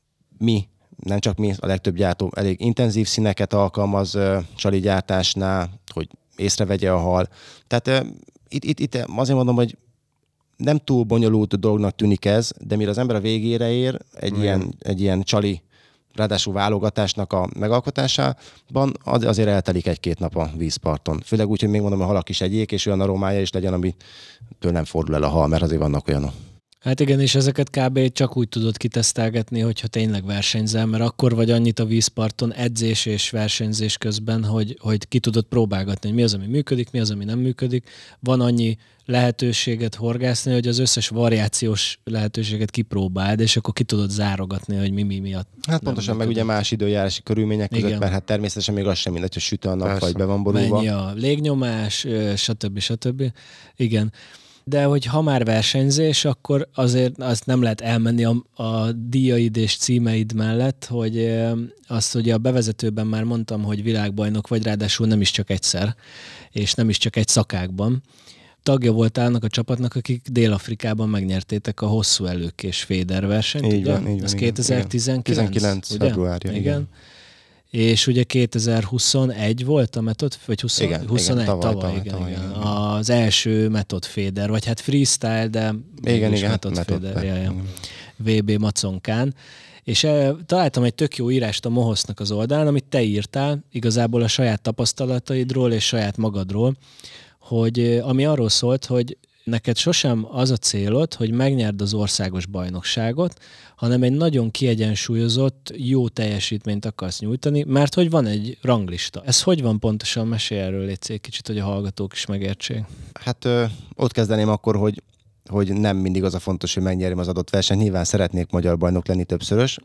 nem csak mi, a legtöbb gyártó elég intenzív színeket alkalmaz csali gyártásnál, hogy észrevegye a hal. Tehát itt azért mondom, hogy nem túl bonyolult dolognak tűnik ez, de mire az ember a végére ér egy ilyen csali, ráadásul válogatásnak a megalkotásában, azért eltelik 1-2 nap a vízparton. Főleg úgy, hogy még mondom, a halak is egyék, és olyan aromája is legyen, ami tőle nem fordul el a hal, mert azért vannak olyanok. Hát igen, és ezeket kb. Csak úgy tudod kitesztelgetni, hogyha tényleg versenyzel, mert akkor vagy annyit a vízparton edzés és versenyzés közben, hogy ki tudod próbálgatni, hogy mi az, ami működik, mi az, ami nem működik. Van annyi lehetőséget horgászni, hogy az összes variációs lehetőséget kipróbáld, és akkor ki tudod zárogatni, hogy mi miatt. Hát pontosan, meg ugye más időjárási körülmények között, igen. Mert hát természetesen még az sem mindegy, hogy süt a nap, vagy be van borulva. Mennyi a légnyomás, stb. Igen. De hogy ha már versenyzés, akkor azért azt nem lehet elmenni a díjaid és címeid mellett, hogy azt ugye a bevezetőben már mondtam, hogy világbajnok vagy, ráadásul nem is csak egyszer, és nem is csak egy szakákban. Tagja voltál annak a csapatnak, akik Dél-Afrikában megnyertétek a hosszú előkés féder versenyt. Így van. Ez 2019? 19 februárja. Igen. És ugye 2021 volt a metod, vagy 21 tavaly, igen. Az első metod féder, vagy hát freestyle, de metod féder, VB Maconkán. És találtam egy tök jó írást a Mohosznak az oldalán, amit te írtál, igazából a saját tapasztalataidról és saját magadról, hogy ami arról szólt, hogy neked sosem az a célod, hogy megnyerd az országos bajnokságot, hanem egy nagyon kiegyensúlyozott, jó teljesítményt akarsz nyújtani, mert hogy van egy ranglista. Ez hogy van pontosan? Mesélj erről, légy kicsit, hogy a hallgatók is megértsék. Hát ott kezdeném akkor, hogy hogy nem mindig az a fontos, hogy megnyerjem az adott versenyt. Nyilván szeretnék magyar bajnok lenni többszörös,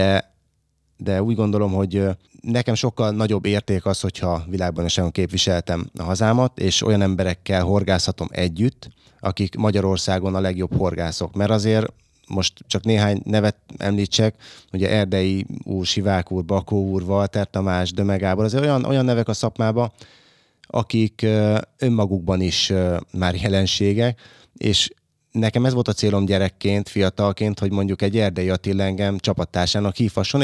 de úgy gondolom, hogy nekem sokkal nagyobb érték az, hogyha világbajnokságon képviseltem a hazámat, és olyan emberekkel horgászhatom együtt, akik Magyarországon a legjobb horgászok. Mert azért most csak néhány nevet említsek, ugye Erdei úr, Sivák úr, Bakó úr, Walter Tamás, Döme Gábor, azért olyan nevek a szakmában, akik önmagukban is már jelenségek, és nekem ez volt a célom gyerekként, fiatalként, hogy mondjuk egy Erdei Attila engem csapattársának hívhasson,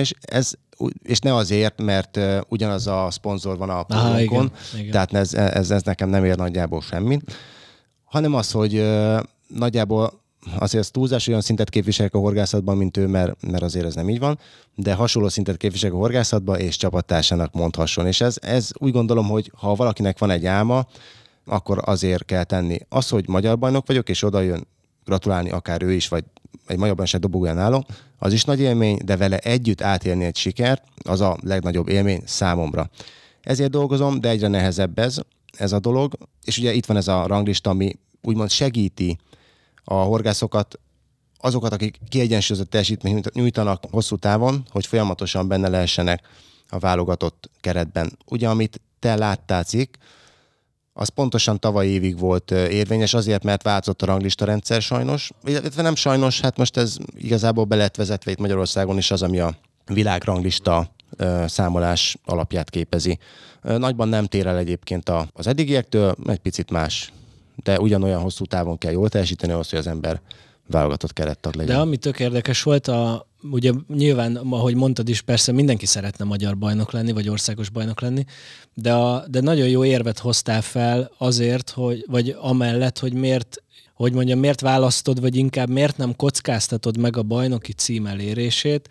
és ne azért, mert ugyanaz a szponzor van a pólónkon, tehát ez nekem nem ér nagyjából semmit, hanem az, hogy nagyjából azért az túlzás, olyan szintet képviselek a horgászatban, mint ő, mert azért ez nem így van, de hasonló szintet képviselek a horgászatban, és csapattársának mondhasson. És ez úgy gondolom, hogy ha valakinek van egy álma, akkor azért kell tenni. Az, hogy magyar bajnok vagyok, és oda jön gratulálni akár ő is, vagy egy magyar bajnokság dobogóján álló, az is nagy élmény, de vele együtt átélni egy sikert, az a legnagyobb élmény számomra. Ezért dolgozom, de egyre nehezebb ez a dolog, és ugye itt van ez a ranglista, ami úgymond segíti a horgászokat, azokat, akik kiegyensúlyozott teljesítményt nyújtanak hosszú távon, hogy folyamatosan benne lehessenek a válogatott keretben. Ugye, amit te láttál cikk, az pontosan tavaly évig volt érvényes, azért, mert változott a ranglista rendszer sajnos. Illetve nem sajnos, hát most ez igazából be lett vezetve itt Magyarországon is az, ami a világranglista számolás alapját képezi. Nagyban nem tér el egyébként az eddigiektől, egy picit más, de ugyanolyan hosszú távon kell jól teljesíteni ahhoz, hogy az ember válogatott kerettag legyen. De ami tök érdekes volt, ugye nyilván, ahogy mondtad is, persze mindenki szeretne magyar bajnok lenni, vagy országos bajnok lenni, de nagyon jó érvet hoztál fel azért, vagy amellett, hogy miért választod, vagy inkább miért nem kockáztatod meg a bajnoki cím elérését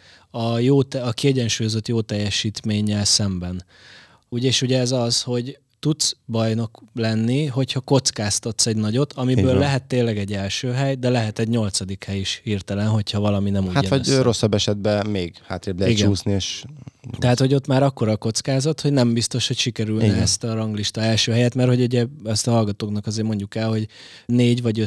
a kiegyensúlyozott jó teljesítménnyel szemben. És ugye ez az, hogy tudsz bajnok lenni, hogyha kockáztatsz egy nagyot, amiből lehet tényleg egy első hely, de lehet egy 8. hely is hirtelen, hogyha valami nem úgy jön vagy rosszabb esetben még hátrébb lehet csúszni, és... Tehát, hogy ott már akkora a kockázat, hogy nem biztos, hogy sikerülne ezt a ranglista első helyet, mert hogy ugye ezt a hallgatóknak azért mondjuk el, hogy 4 vagy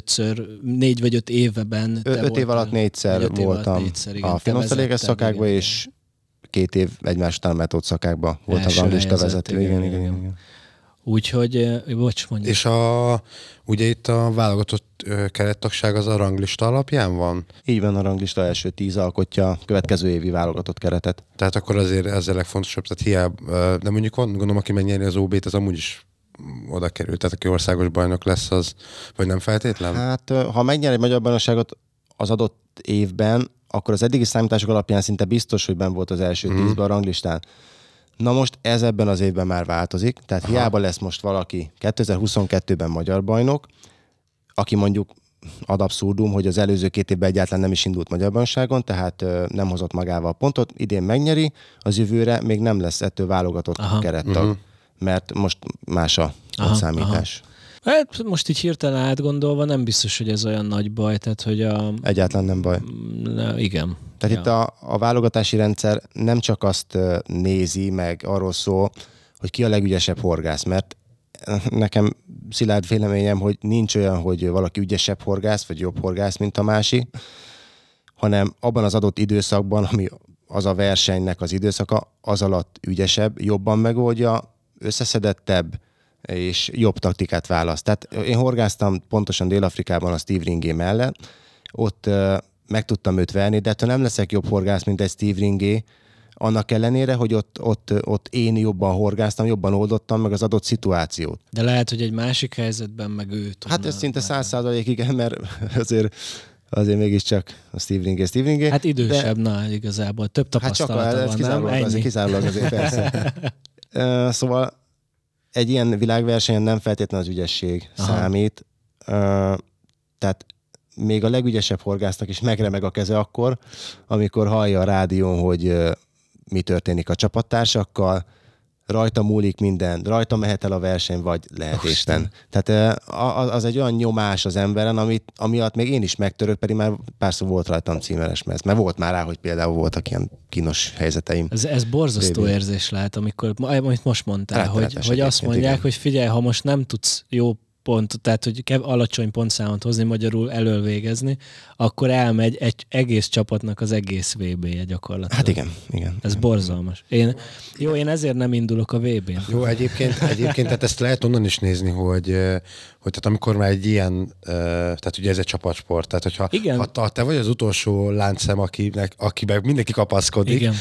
5 évben... 5 év alatt 4-szer voltam a Finosztaléges szakákban, és 2 év egymás után metód szakákban volt a ranglista vezető. Igen. Úgyhogy, bocs, mondjuk. És ugye itt a válogatott kerettagság az a ranglista alapján van? Így van, a ranglista első 10 alkotja a következő évi válogatott keretet. Tehát akkor azért ez a legfontosabb, tehát hiába, de mondjuk van, gondolom, aki megnyeri az OB-t, az amúgy is oda kerül, tehát aki országos bajnok lesz, az, vagy nem feltétlen? Hát, ha megnyer egy magyar bajnokságot az adott évben, akkor az eddigi számítások alapján szinte biztos, hogy benn volt az első 10-ben a ranglistán. Na most ez ebben az évben már változik, tehát hiába lesz most valaki 2022-ben magyar bajnok, aki mondjuk ad abszurdum, hogy az előző 2 évben egyáltalán nem is indult magyar bajnokságon, tehát nem hozott magával pontot, idén megnyeri, az jövőre még nem lesz ettől válogatott kerettag, mert most más a számítás. Hát most így hirtelen átgondolva nem biztos, hogy ez olyan nagy baj, tehát hogy Egyáltalán nem baj. Igen. Tehát itt a válogatási rendszer nem csak azt nézi, meg arról szól, hogy ki a legügyesebb horgász, mert nekem szilárd véleményem, hogy nincs olyan, hogy valaki ügyesebb horgász, vagy jobb horgász, mint a másik, hanem abban az adott időszakban, ami az a versenynek az időszaka, az alatt ügyesebb, jobban megoldja, összeszedettebb, és jobb taktikát választ. Tehát én horgáztam pontosan Dél-Afrikában a Steve Ringé mellett, ott meg tudtam őt verni, de ettől nem leszek jobb horgász, mint egy Steve Ringé, annak ellenére, hogy ott én jobban horgáztam, jobban oldottam meg az adott szituációt. De lehet, hogy egy másik helyzetben meg ő tudna. Hát ez szinte 100% igen, mert azért mégiscsak a Steve Ringé. Hát idősebb, igazából több tapasztalata van, nem? Kizárólag azért persze. Szóval egy ilyen világversenyen nem feltétlenül az ügyesség számít. Tehát még a legügyesebb horgásznak is megremeg a keze akkor, amikor hallja a rádión, hogy mi történik a csapattársakkal, rajta múlik minden, rajta mehet el a verseny, vagy lehet éppen. Tehát az egy olyan nyomás az emberen, amiatt még én is megtörök, pedig már párszor volt rajtam címeres mez, mert volt már rá, hogy például voltak ilyen kínos helyzeteim. Ez borzasztó érzés lehet, amit most mondtál, hogy azt mondják, igen. hogy figyelj, ha most nem tudsz jó pontot, tehát hogy alacsony pontszámot hozni, magyarul elől végezni, akkor elmegy egy egész csapatnak az egész VB-je gyakorlatilag. Hát igen. Ez borzalmas. Én ezért nem indulok a VB-n. Jó, egyébként tehát ezt lehet onnan is nézni, hogy tehát amikor már egy ilyen, tehát ugye ez egy csapatsport, tehát hogyha ha te vagy az utolsó láncszem, akiben mindenki kapaszkodik, igen.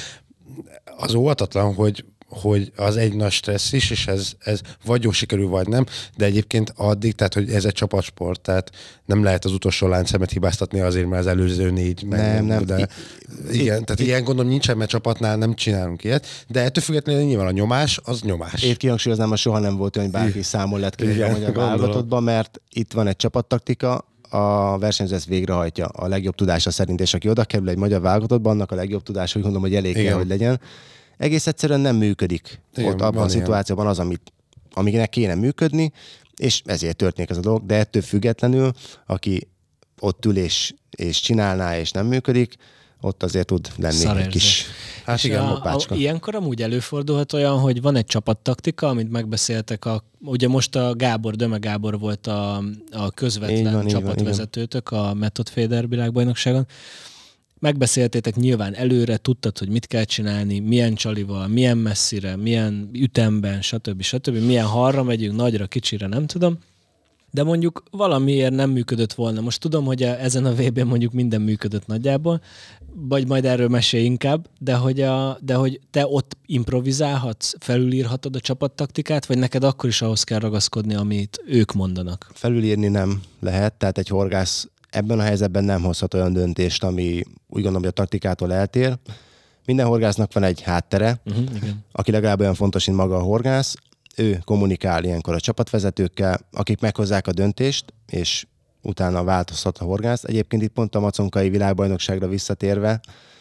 Az óvatatlan, hogy az egy nagy stressz is, és ez vagy jó sikerül, vagy nem, de egyébként addig, tehát hogy ez egy csapatsport, tehát nem lehet az utolsó láncszemet hibáztatni azért, mert az előző 4 nem. De igen, tehát ilyen gondolom nincsen, mert csapatnál nem csinálunk ilyet, de ettől függetlenül nyilván a nyomás, az nyomás. Én kihangsúlyoznám, hogy soha nem volt olyan, hogy bárki számol lett ki a magyar válogatottban, mert itt van egy csapattaktika, a versenyző ezt végrehajtja a legjobb tudása szerint, és aki oda kerül egy magyar válogatottban, annak a legjobb tudása, úgy gondolom, hogy elég kell, hogy legyen. Egész egyszerűen nem működik ott abban a szituációban az, amiknek kéne működni, és ezért történik ez a dolog, de ettől függetlenül, aki ott ül és csinálná, és nem működik, ott azért tud lenni egy kis moppácska. Ilyenkor amúgy előfordulhat olyan, hogy van egy csapattaktika, amit megbeszéltek, ugye most a Döme Gábor volt a közvetlen csapatvezetőtök a Method Fader világbajnokságon. Megbeszéltétek nyilván előre, tudtad, hogy mit kell csinálni, milyen csalival, milyen messzire, milyen ütemben, stb. Milyen harra megyünk, nagyra, kicsire, nem tudom. De mondjuk valamiért nem működött volna. Most tudom, hogy ezen a VB-n mondjuk minden működött nagyjából, vagy majd erről mesélj inkább, de hogy te ott improvizálhatsz, felülírhatod a csapattaktikát, vagy neked akkor is ahhoz kell ragaszkodni, amit ők mondanak? Felülírni nem lehet, tehát egy horgász ebben a helyzetben nem hozhat olyan döntést, ami úgy gondolom, hogy a taktikától eltér. Minden horgásznak van egy háttere, igen. aki legalább olyan fontos, mint maga a horgász. Ő kommunikál ilyenkor a csapatvezetőkkel, akik meghozzák a döntést, és utána változtat a horgász. Egyébként itt pont a maconkai világbajnokságra visszatérve,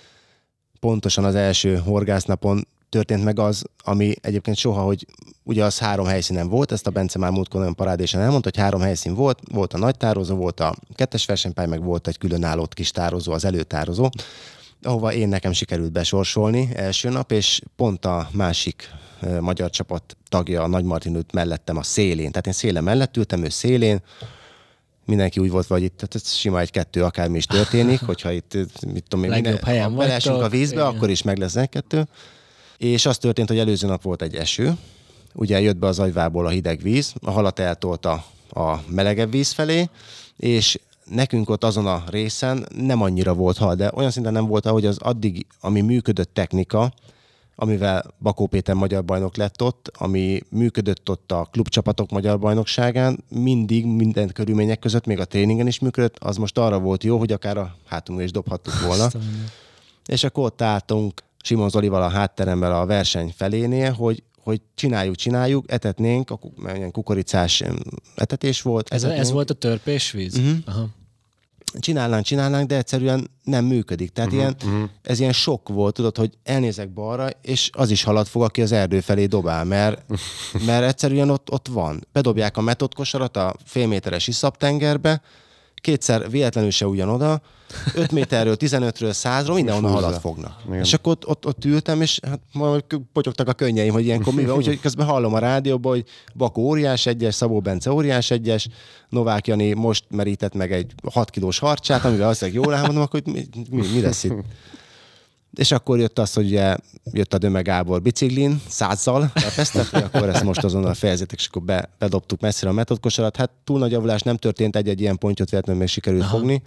pontosan az első horgásznapon történt meg az, ami egyébként soha, hogy ugye az 3 helyszínen volt, ezt a Bence már múltkor nagyon parádésen elmondta, hogy 3 helyszín volt a nagy tározó, volt a 2-es versenypálya, meg volt egy különálló kis tározó, az előtározó, ahova nekem sikerült besorsolni első nap, és pont a másik magyar csapat tagja, a Nagy Martin ült mellettem a szélén. Tehát én széle mellett ültem, ő szélén, mindenki úgy volt, vagy itt, tehát ez sima 1-2 akármi is történik, hogyha itt, mit tudom én, ha beleesünk a vízbe, igen. Akkor is meg lesz 1-2. És az történt, hogy előző nap volt egy eső, ugye jött be az agyvából a hideg víz, a halat eltolta a melegebb víz felé, és nekünk ott azon a részen nem annyira volt hal, de olyan szinten nem volt, ahogy az addig, ami működött technika, amivel Bakó Péter magyar bajnok lett ott, ami működött ott a klubcsapatok magyar bajnokságán, mindig, minden körülmények között, még a tréningen is működött, az most arra volt jó, hogy akár a hátunkra is dobhattuk volna. És akkor ott álltunk Simon Zolival a hátteremben a verseny felénél, hogy csináljuk, etetnénk, mert ilyen kukoricás etetés volt. Ez volt a törpésvíz? Uh-huh. Aha. Csinálnánk, de egyszerűen nem működik. Tehát ez ilyen sok volt, tudod, hogy elnézek balra, és az is halad fog, aki az erdő felé dobál, mert egyszerűen ott van. Bedobják a metodkosarat a fél méteres iszaptengerbe, 2-szer véletlenül se ugyanoda, 5 méterről, 15-ről, 100-ról, mindenhonnan halat fognak. Igen. És akkor ott ültem, és hát majd potyogtak a könnyeim, hogy ilyenkor mi van, úgyhogy közben hallom a rádióban, hogy Bakó óriás 1-es, Szabó Bence óriás 1-es, Novák Jani most merített meg egy 6 kilós harcsát, amivel azt jól elmondom, akkor mi lesz itt? És akkor jött az, hogy jött a Döme Gábor biciklin, 100-zal lepesztetni, akkor ezt most azonnal fejezzétek, és akkor bedobtuk messzire a metodkosarat. Hát túl nagy javulás nem történt, egy ilyen pontot véletlenül még sikerült fogni,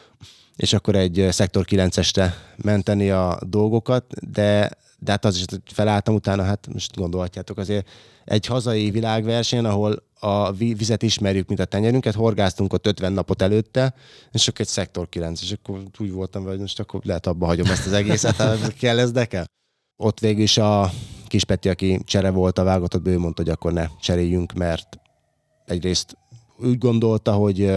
és akkor egy szektor 9-esre menteni a dolgokat, de hát az is felálltam utána, hát most gondolhatjátok azért egy hazai világversenyen, ahol a vizet ismerjük, mint a tenyerünket, horgáztunk ott 50 napot előtte, és csak egy szektor 9, és akkor úgy voltam, hogy most akkor lehet abba hagyom ezt az egészet, hát kell ez, de kell. Ott végül is a Kispeti, aki csere volt a válogatottban, ő mondta, hogy akkor ne cseréljünk, mert egyrészt úgy gondolta,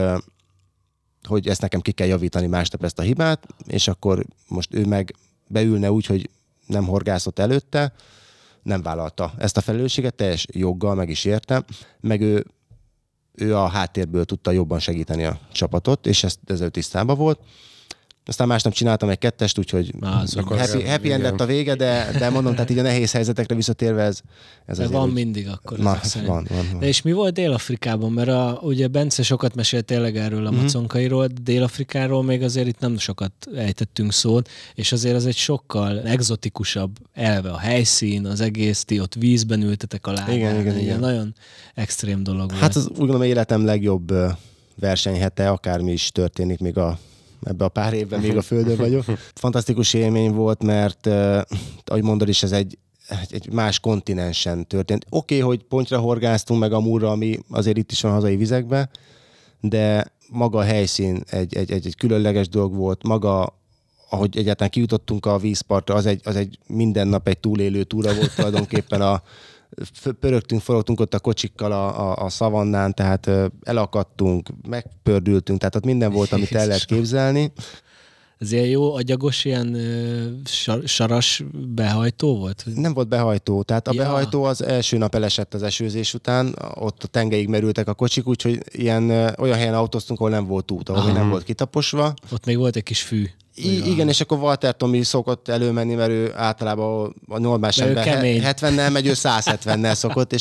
hogy ezt nekem ki kell javítani másnap ezt a hibát, és akkor most ő meg beülne úgy, hogy nem horgászott előtte, nem vállalta ezt a felelősséget, teljes joggal meg is érte, meg ő a háttérből tudta jobban segíteni a csapatot, és ezzel tisztában volt. Aztán másnap csináltam egy 2-est, úgyhogy happy end lett a vége, de mondom, tehát így a nehéz helyzetekre visszatérve ez de van mindig akkor. Van. De és mi volt Dél-Afrikában? Mert ugye Bence sokat mesélt tényleg erről a maconkairól, Dél-Afrikáról még azért itt nem sokat ejtettünk szót, és azért az egy sokkal egzotikusabb elve a helyszín, az egész, ti ott vízben ültetek a lábán. Igen. Nagyon extrém dolog volt. Hát az úgy gondolom életem legjobb versenyhete, akármi is történik még ebbe a pár évben még a földön vagyok. Fantasztikus élmény volt, mert ahogy mondod is, ez egy más kontinensen történt. Oké, hogy pontra horgáztunk meg Amurra, ami azért itt is van hazai vizekben, de maga a helyszín egy különleges dolog volt, maga, ahogy egyáltalán kijutottunk a vízpartra, az egy minden nap egy túlélő túra volt tulajdonképpen pörögtünk, forogtunk ott a kocsikkal a szavannán, tehát elakadtunk, megpördültünk, tehát ott minden volt, amit el lehet képzelni. Ez ilyen jó agyagos, ilyen saras behajtó volt? Nem volt behajtó, tehát a behajtó az első nap elesett az esőzés után, ott a tengeig merültek a kocsik, úgyhogy olyan helyen autóztunk, ahol nem volt út, ahol nem volt kitaposva. Ott még volt egy kis fű. Igen, és akkor Walter Tomi szokott előmenni, mert ő általában a normális ember 70-nel megy, ő 170-nel szokott,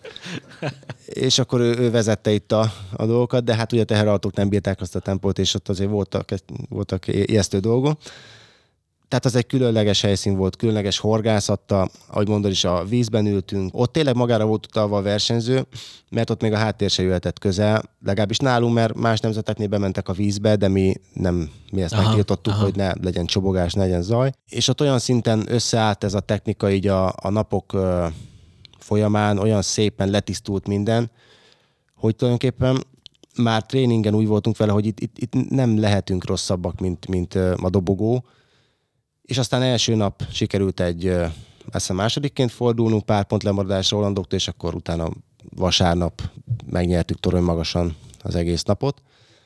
és akkor ő vezette itt a dolgokat, de hát ugye a teherautók nem bírták azt a tempót, és ott azért voltak ijesztő dolgok. Tehát az egy különleges helyszín volt, különleges horgászattal, ahogy mondod is, a vízben ültünk. Ott tényleg magára volt utalva a versenyző, mert ott még a háttér se jöhetett közel, legalábbis nálunk, mert más nemzeteknél bementek a vízbe, de mi ezt megtiltottuk, hogy ne legyen csobogás, ne legyen zaj. És ott olyan szinten összeállt ez a technika így a napok folyamán, olyan szépen letisztult minden, hogy tulajdonképpen már tréningen úgy voltunk vele, hogy itt nem lehetünk rosszabbak, mint a dobogó. És aztán első nap sikerült azt hiszem másodikként fordulnunk, pár pont lemaradásra Hollandoktól, és akkor utána vasárnap megnyertük torony magasan az egész napot.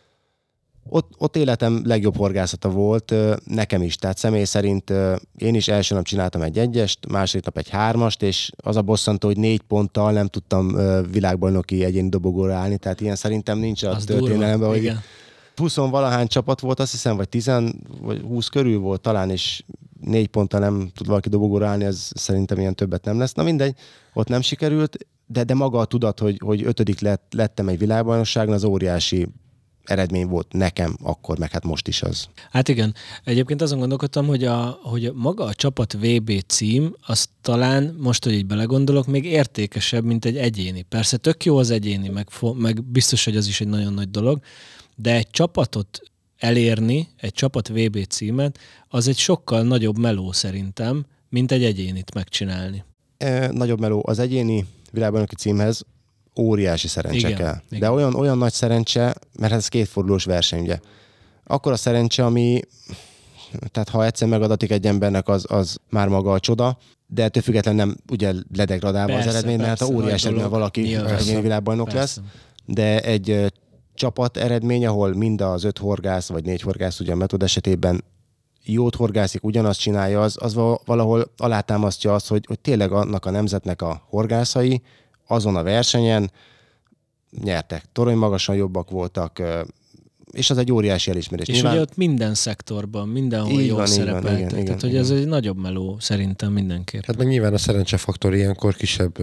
Ott életem legjobb horgászata volt, nekem is, tehát személy szerint én is első nap csináltam egy 1-est, második nap egy 3-ast, és az a bosszantó, hogy 4 ponttal nem tudtam világbajnoki egyéni dobogóra állni, tehát ilyen szerintem nincs a történelemben, hogy 20-valahány csapat volt, azt hiszem, vagy 10 vagy 20 körül volt talán, és 4 ponttal nem tud valaki dobogóra állni, ez szerintem ilyen többet nem lesz. Na mindegy, ott nem sikerült, de maga a tudat, hogy 5. lettem egy világbajnokságon, az óriási eredmény volt nekem akkor, meg hát most is az. Hát igen. Egyébként azon gondolkodtam, hogy maga a csapat VB cím, az talán most, hogy így belegondolok, még értékesebb, mint egy egyéni. Persze tök jó az egyéni, meg biztos, hogy az is egy nagyon nagy dolog, de egy csapatot elérni, egy csapat VB címet, az egy sokkal nagyobb meló szerintem, mint egy egyénit megcsinálni. Nagyobb meló. Az egyéni világbajnoki címhez óriási szerencse kell. Igen. De olyan nagy szerencse, mert ez 2 fordulós verseny, ugye. Akkor a szerencse, ami, tehát ha egyszer megadatik egy embernek, az már maga a csoda, de ettől függetlenül nem ugye ledegradálva az eredmény, mert hát óriási, mert valaki egyéni világbajnok lesz. De egy csapat eredmény, ahol mind az 5 horgász, vagy 4 horgász, ugye a metód esetében jót horgászik, ugyanazt csinálja, az valahol alátámasztja azt, hogy tényleg annak a nemzetnek a horgászai azon a versenyen nyertek. Torony magasan jobbak voltak, és az egy óriási elismerés. És nyilván... ugye ott minden szektorban, mindenhol jól szerepeltek. Tehát, hogy ez egy nagyobb meló szerintem mindenképp. Hát meg nyilván a szerencsefaktor ilyenkor kisebb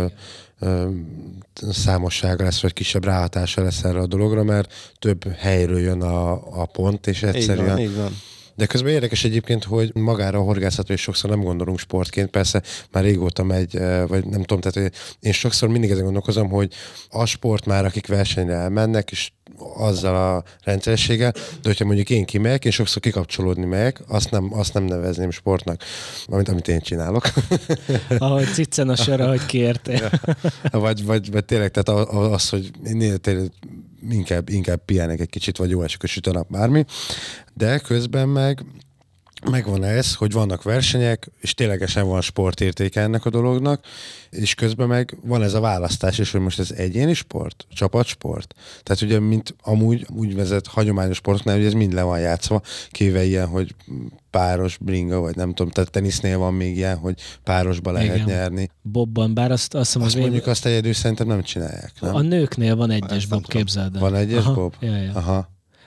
számossága lesz, vagy kisebb ráhatása lesz erre a dologra, mert több helyről jön a pont, és egyszerűen... Így van. De közben érdekes egyébként, hogy magára a horgászatra is sokszor nem gondolunk sportként, persze már régóta megy, vagy nem tudom, tehát én sokszor mindig ezen gondolkozom, hogy a sport már, akik versenyre elmennek, és azzal a rendszerességgel, de hogyha mondjuk én kimegyek, én sokszor kikapcsolódni megyek, azt nem nevezném sportnak, amit én csinálok. Ahogy ciccen a sor, ahogy kértél. vagy tényleg, tehát az, hogy tényleg inkább pihenek egy kicsit, vagy jó esik a süt a nap, bármi, de közben megvan ez, hogy vannak versenyek, és ténylegesen van sportértéke ennek a dolognak, és közben meg van ez a választás is, hogy most ez egyéni sport, csapatsport. Tehát ugye, mint amúgy úgynevezett hagyományos sportoknál, hogy ez mind le van játszva, kivéve ilyen, hogy páros bringa, vagy nem tudom, tehát tenisznél van még ilyen, hogy párosba lehet nyerni. Bobban, bár azt mondjuk azt egyedül szerintem nem csinálják. Nem? A nőknél van egyes bob, képzeld el. Van egyes bob? Ja. Aha.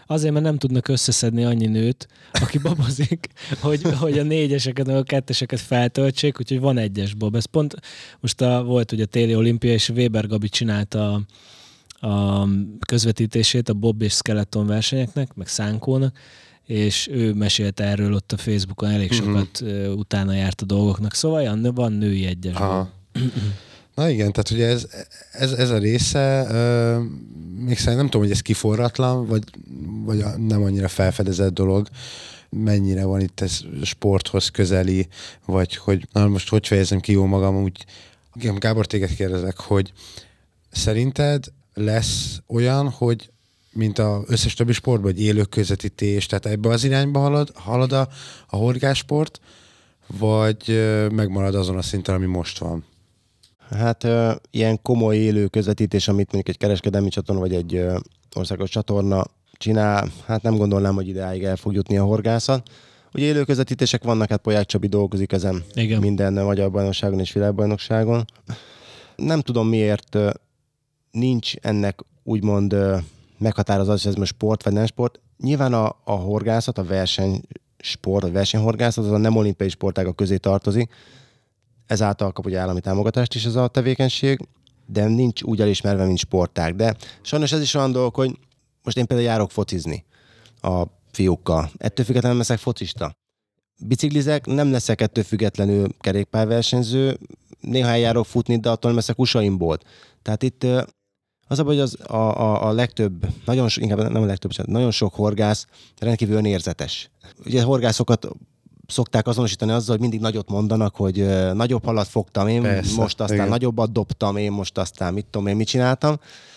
azért, mert nem tudnak összeszedni annyi nőt, aki babozik, hogy a 4-eseket, a 2-eseket feltöltsék, úgyhogy van 1-es bob. Ez pont most volt ugye a téli olimpia, és Weber Gabi csinálta a közvetítését a bob és skeleton versenyeknek, meg szánkónak, és ő mesélt erről ott a Facebookon, elég sokat utána járt a dolgoknak. Szóval van női 1-es. Na igen, tehát ugye ez a része, még szerintem nem tudom, hogy ez kiforratlan, vagy nem annyira felfedezett dolog, mennyire van itt ez sporthoz közeli, vagy hogy, na most hogy fejezem ki jól magam, úgy, Gábor, téged kérdezek, hogy szerinted lesz olyan, hogy mint az összes többi sportban, hogy élő közvetítés, tehát ebbe az irányba halad a horgásport, vagy megmarad azon a szinten, ami most van? Hát ilyen komoly élő közvetítés, amit mondjuk egy kereskedelmi csatorna, vagy egy országos csatorna csinál, hát nem gondolnám, hogy ideáig el fog jutni a horgászat. Ugye élő közvetítések vannak, hát Polyák Csabi dolgozik ezen. Igen. Minden magyar bajnokságon és világbajnokságon. Nem tudom, miért nincs ennek úgymond meghatározás, hogy ez most sport vagy nem sport. Nyilván a horgászat, a versenysport, a versenyhorgászat az a nem olimpiai sportágak közé tartozik. Ezáltal kap ugye állami támogatást is ez a tevékenység, de nincs úgy elismerve, mint sportág. De sajnos ez is olyan dolog, hogy most én például járok focizni a fiúkkal. Ettől függetlenül nem leszek focista. Biciklizek, nem leszek ettől függetlenül kerékpárversenyző, néha eljárok futni, de attól nem leszek Usain. Tehát itt az a baj, hogy a legtöbb, inkább nem a legtöbb, nagyon sok horgász rendkívül önérzetes. Ugye horgászokat szokták azonosítani azzal, hogy mindig nagyot mondanak, hogy nagyobb halat fogtam én, persze, most aztán igen, nagyobbat dobtam én, most aztán mit tudom én, mit csináltam.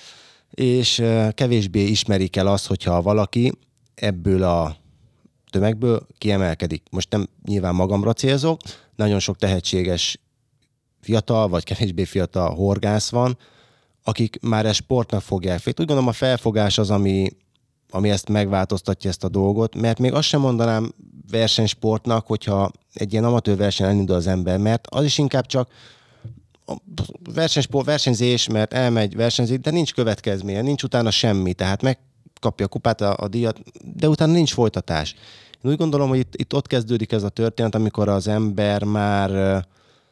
És kevésbé ismerik el azt, hogyha valaki ebből a tömegből kiemelkedik. Most nem nyilván magamra célzok, nagyon sok tehetséges fiatal, vagy kevésbé fiatal horgász van, akik már ezt sportnak fogják. Úgy gondolom, a felfogás az, ami ezt megváltoztatja ezt a dolgot, mert még azt sem mondanám versenysportnak, hogyha egy ilyen amatőr verseny elindul az ember, mert az is inkább csak versenyzés, mert elmegy versenyzik, de nincs következménye, nincs utána semmi, tehát megkapja a kupát, a díjat, de utána nincs folytatás. Én úgy gondolom, hogy itt ott kezdődik ez a történet, amikor az ember már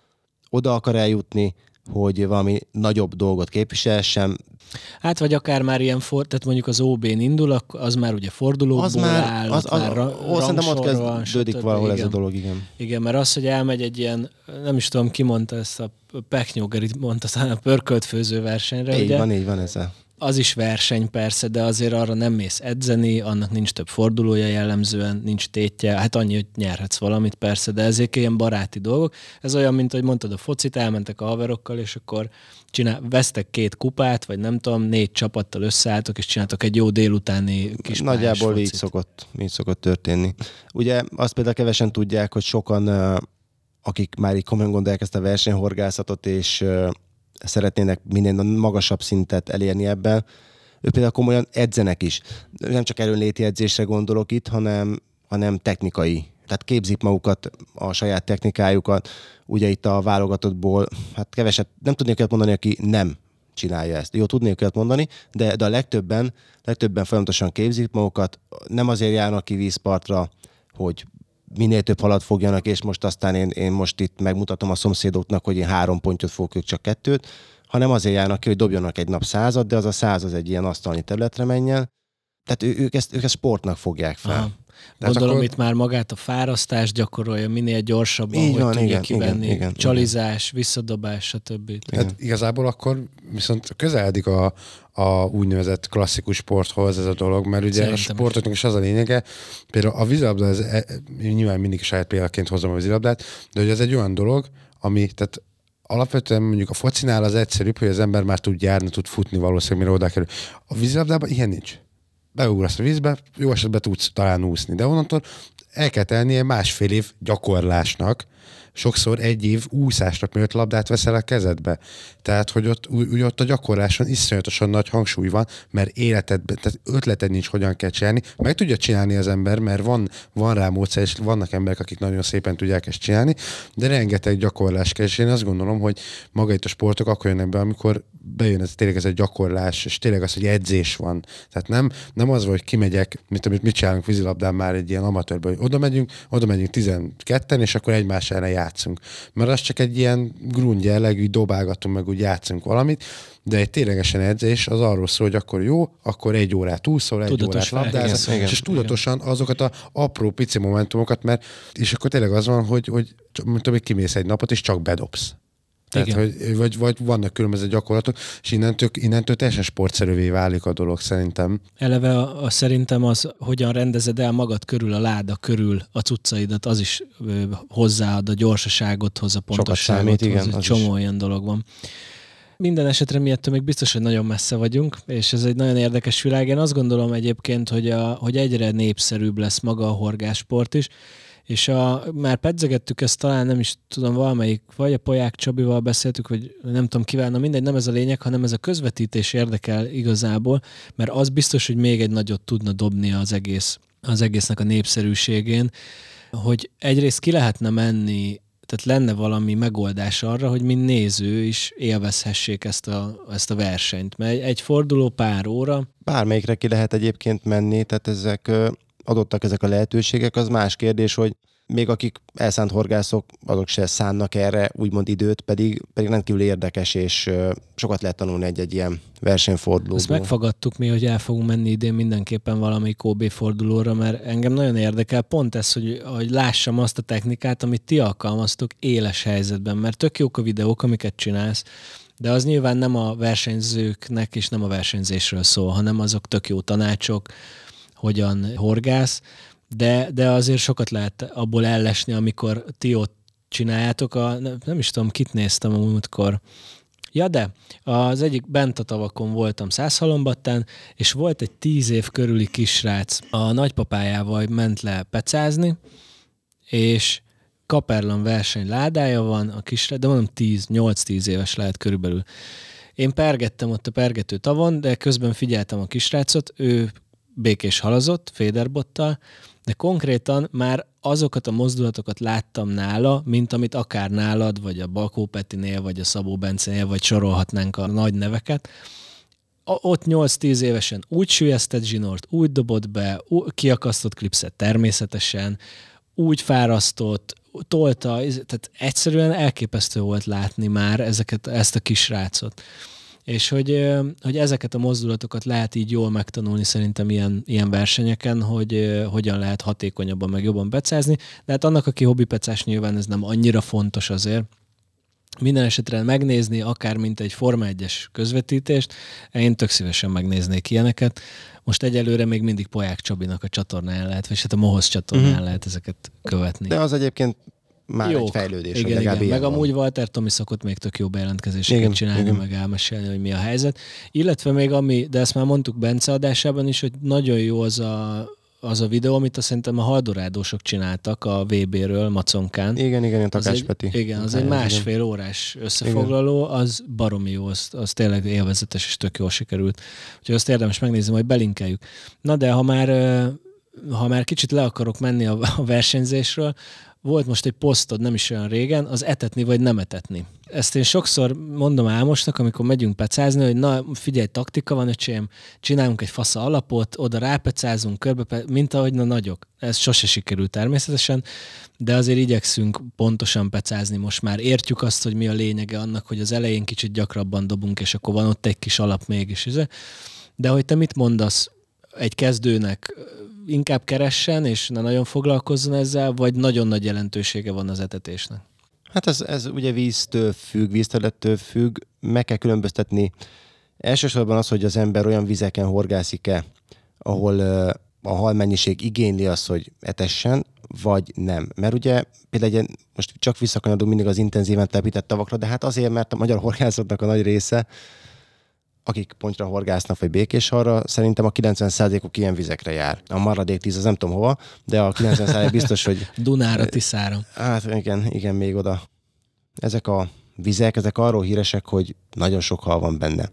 oda akar eljutni, hogy valami nagyobb dolgot képviselhessem. Hát vagy akár már ilyen, tehát mondjuk az OB-n indul, az már ugye fordulókból áll, szerintem ott kezdődik valahol ez a dolog, igen. Igen, mert az, hogy elmegy egy ilyen, nem is tudom, ki mondta ezt, a Peknyógerit mondta talán a pörkölt főző versenyre. Így van ezzel. Az is verseny persze, de azért arra nem mész edzeni, annak nincs több fordulója jellemzően, nincs tétje, hát annyi, hogy nyerhetsz valamit persze, de ezek ilyen baráti dolgok. Ez olyan, mint hogy mondtad a focit, elmentek a haverokkal, és akkor vesztek 2 kupát, vagy nem tudom, 4 csapattal összeálltok, és csináltok egy jó délutáni kis nagyjából így szokott történni. Ugye azt például kevesen tudják, hogy sokan, akik már így komolyan gondolják ezt a versenyhorgászatot, és szeretnének minél magasabb szintet elérni ebben, ők például komolyan edzenek is. Nem csak erőnléti edzésre gondolok itt, hanem technikai. Tehát képzik magukat, a saját technikájukat. Ugye itt a válogatottból, hát keveset, nem tudnék olyat mondani, aki nem csinálja ezt. Jó, tudnék olyat mondani, de a legtöbben folyamatosan képzik magukat. Nem azért járnak ki vízpartra, hogy minél több halat fogjanak, és most aztán én most itt megmutatom a szomszédoknak, hogy én 3 pontot fogok, ők csak 2, hanem azért járnak ki, hogy dobjanak egy nap 100-at, de az a 100 az egy ilyen asztalnyi területre menjen. Tehát ők ezt sportnak fogják fel. Aha. Gondolom, akkor itt már magát a fárasztást gyakorolja, minél gyorsabban, hogy tudja kivenni. Igen, csalizás, visszadobás, stb. Hát igazából akkor viszont közeledik a úgynevezett klasszikus sporthoz ez a dolog, mert ugye szerintem a sportoknak is az a lényege, például a vízilabda, nyilván mindig saját példaként hozom a vízilabdát, de hogy ez egy olyan dolog, ami, tehát alapvetően mondjuk a focinál az egyszerűbb, hogy az ember már tud járni, tud futni valószínűleg, mire oda kerül. A vízilabdában ilyen nincs. Beugrasz a vízbe, jó esetben tudsz talán úszni, de onnantól el kell tennie 1,5 év gyakorlásnak, sokszor egy év úszásra mielőtt labdát veszel a kezedbe. Tehát, hogy ott a gyakorláson iszonyatosan nagy hangsúly van, mert életedben, tehát ötleted nincs, hogyan kell csinálni. Meg tudja csinálni az ember, mert van rá módszer, és vannak emberek, akik nagyon szépen tudják ezt csinálni, de rengeteg gyakorlás kell, és én azt gondolom, hogy maga itt a sportok akkor jönnek be, amikor bejön tényleg ez a gyakorlás, és tényleg az, hogy edzés van. Tehát nem az, hogy kimegyek, mit csinálunk vízilabdán már egy ilyen amatőrben, hogy oda megyünk 12-en, és akkor egymás ellen játszunk. Mert az csak egy ilyen grund jellegű, dobálgatunk, meg úgy játszunk valamit, de egy ténylegesen edzés az arról szól, hogy akkor jó, akkor 1 órát úszol, 1 órát labdázol, és tudatosan azokat a apró pici momentumokat, mert és akkor tényleg az van, hogy kimész egy napot, és csak bedobsz. Tehát, vagy vannak különböző gyakorlatok, és innentől teljesen sportszerűvé válik a dolog szerintem. Eleve szerintem az, hogyan rendezed el magad körül, a láda körül a cuccaidat, az is hozzáad a gyorsaságodhoz, a pontosságodhoz, egy csomó ilyen dolog van. Minden esetre mi ettől még biztos, hogy nagyon messze vagyunk, és ez egy nagyon érdekes világ. Én azt gondolom egyébként, hogy egyre népszerűbb lesz maga a horgásport is, és már pedzegettük ezt, talán nem is tudom, valamelyik, vagy a Poják Csabival beszéltük, vagy nem tudom kivel, na mindegy, nem ez a lényeg, hanem ez a közvetítés érdekel igazából, mert az biztos, hogy még egy nagyot tudna dobni az egésznek a népszerűségén, hogy egyrészt ki lehetne menni, tehát lenne valami megoldás arra, hogy mint néző is élvezhessék ezt a versenyt, mert egy forduló pár óra. Bármelyikre ki lehet egyébként menni, tehát adottak ezek a lehetőségek, az más kérdés, hogy még akik elszánt horgászok, azok se szánnak erre úgymond időt, pedig rendkívül érdekes, és sokat lehet tanulni egy ilyen versenyfordulóból. Ezt megfogadtuk mi, hogy el fogunk menni idén mindenképpen valami OB fordulóra, mert engem nagyon érdekel pont ez, hogy lássam azt a technikát, amit ti alkalmaztok éles helyzetben, mert tök jók a videók, amiket csinálsz, de az nyilván nem a versenyzőknek és nem a versenyzésről szól, hanem azok tök jó tanácsok, hogyan horgász, de azért sokat lehet abból ellesni, amikor ti ott csináljátok. Nem is tudom, kit néztem a múltkor. Ja, de az egyik bent a tavakon voltam Szászhalombattán, és volt egy 10 év körüli kisrác. A nagypapájával ment le pecázni, és Kaperlan verseny ládája van, a kisrác, de mondom 8-10 éves lehet körülbelül. Én pergettem ott a pergető tavon, de közben figyeltem a kisrácot, ő békés halazott, féderbottal, de konkrétan már azokat a mozdulatokat láttam nála, mint amit akár nálad, vagy a Balkó Petinél, vagy a Szabó Bencenél, vagy sorolhatnánk a nagy neveket. Ott 8-10 évesen úgy süllyesztett zsinort, úgy dobott be, kiakasztott klipszet természetesen, úgy fárasztott, tolta, tehát egyszerűen elképesztő volt látni már ezt a kisrácot. És hogy ezeket a mozdulatokat lehet így jól megtanulni szerintem ilyen versenyeken, hogy hogyan lehet hatékonyabban meg jobban pecázni. De hát annak, aki hobbipecás, nyilván ez nem annyira fontos azért. Minden esetre megnézni, akár mint egy Forma 1-es közvetítést, én tök szívesen megnéznék ilyeneket. Most egyelőre még mindig Poják Csabinak a csatornáján lehet, vagy hát a Mohoz csatornáján lehet ezeket követni. De az egyébként már egy fejlődés. Igen. Meg amúgy Walter Tomi szokott még tök jó bejelentkezéseket csinálni, meg elmesélni, hogy mi a helyzet. Illetve még de ezt már mondtuk Bence adásában is, hogy nagyon jó az a videó, amit szerintem a haldorádósok csináltak a VB-ről Maconkán. Igen, Takás Peti. Igen, az egy másfél órás összefoglaló, az baromi jó, az tényleg élvezetes és tök jól sikerült. Úgyhogy azt érdemes megnézni, majd belinkeljük. Na de ha már kicsit le akarok menni a versenyzésről, volt most egy posztod nem is olyan régen, az etetni vagy nem etetni. Ezt én sokszor mondom Ámosnak, amikor megyünk pecázni, hogy na figyelj, taktika van, öcsém, csináljunk egy fasza alapot, oda rápecázunk, körbe, mint ahogy na nagyok. Ez sose sikerült természetesen, de azért igyekszünk pontosan pecázni most már. Értjük azt, hogy mi a lényege annak, hogy az elején kicsit gyakrabban dobunk, és akkor van ott egy kis alap mégis. De hogy te mit mondasz egy kezdőnek, inkább keressen, és ne nagyon foglalkozzon ezzel, vagy nagyon nagy jelentősége van az etetésnek? Hát ez ugye vízterülettől függ, meg kell különböztetni. Elsősorban az, hogy az ember olyan vizeken horgászik-e, ahol a halmennyiség igényli azt, hogy etessen, vagy nem. Mert ugye például most csak visszakanyarodunk mindig az intenzíven telepített tavakra, de hát azért, mert a magyar horgászatnak a nagy része akik pontra horgásznak, vagy békéshalra, szerintem a 90%-uk ilyen vizekre jár. A maradék 10 az nem tudom hova, de a 90% biztos, hogy... Dunára, Tiszára. Hát igen, még oda. Ezek a vizek, ezek arról híresek, hogy nagyon sok hal van benne.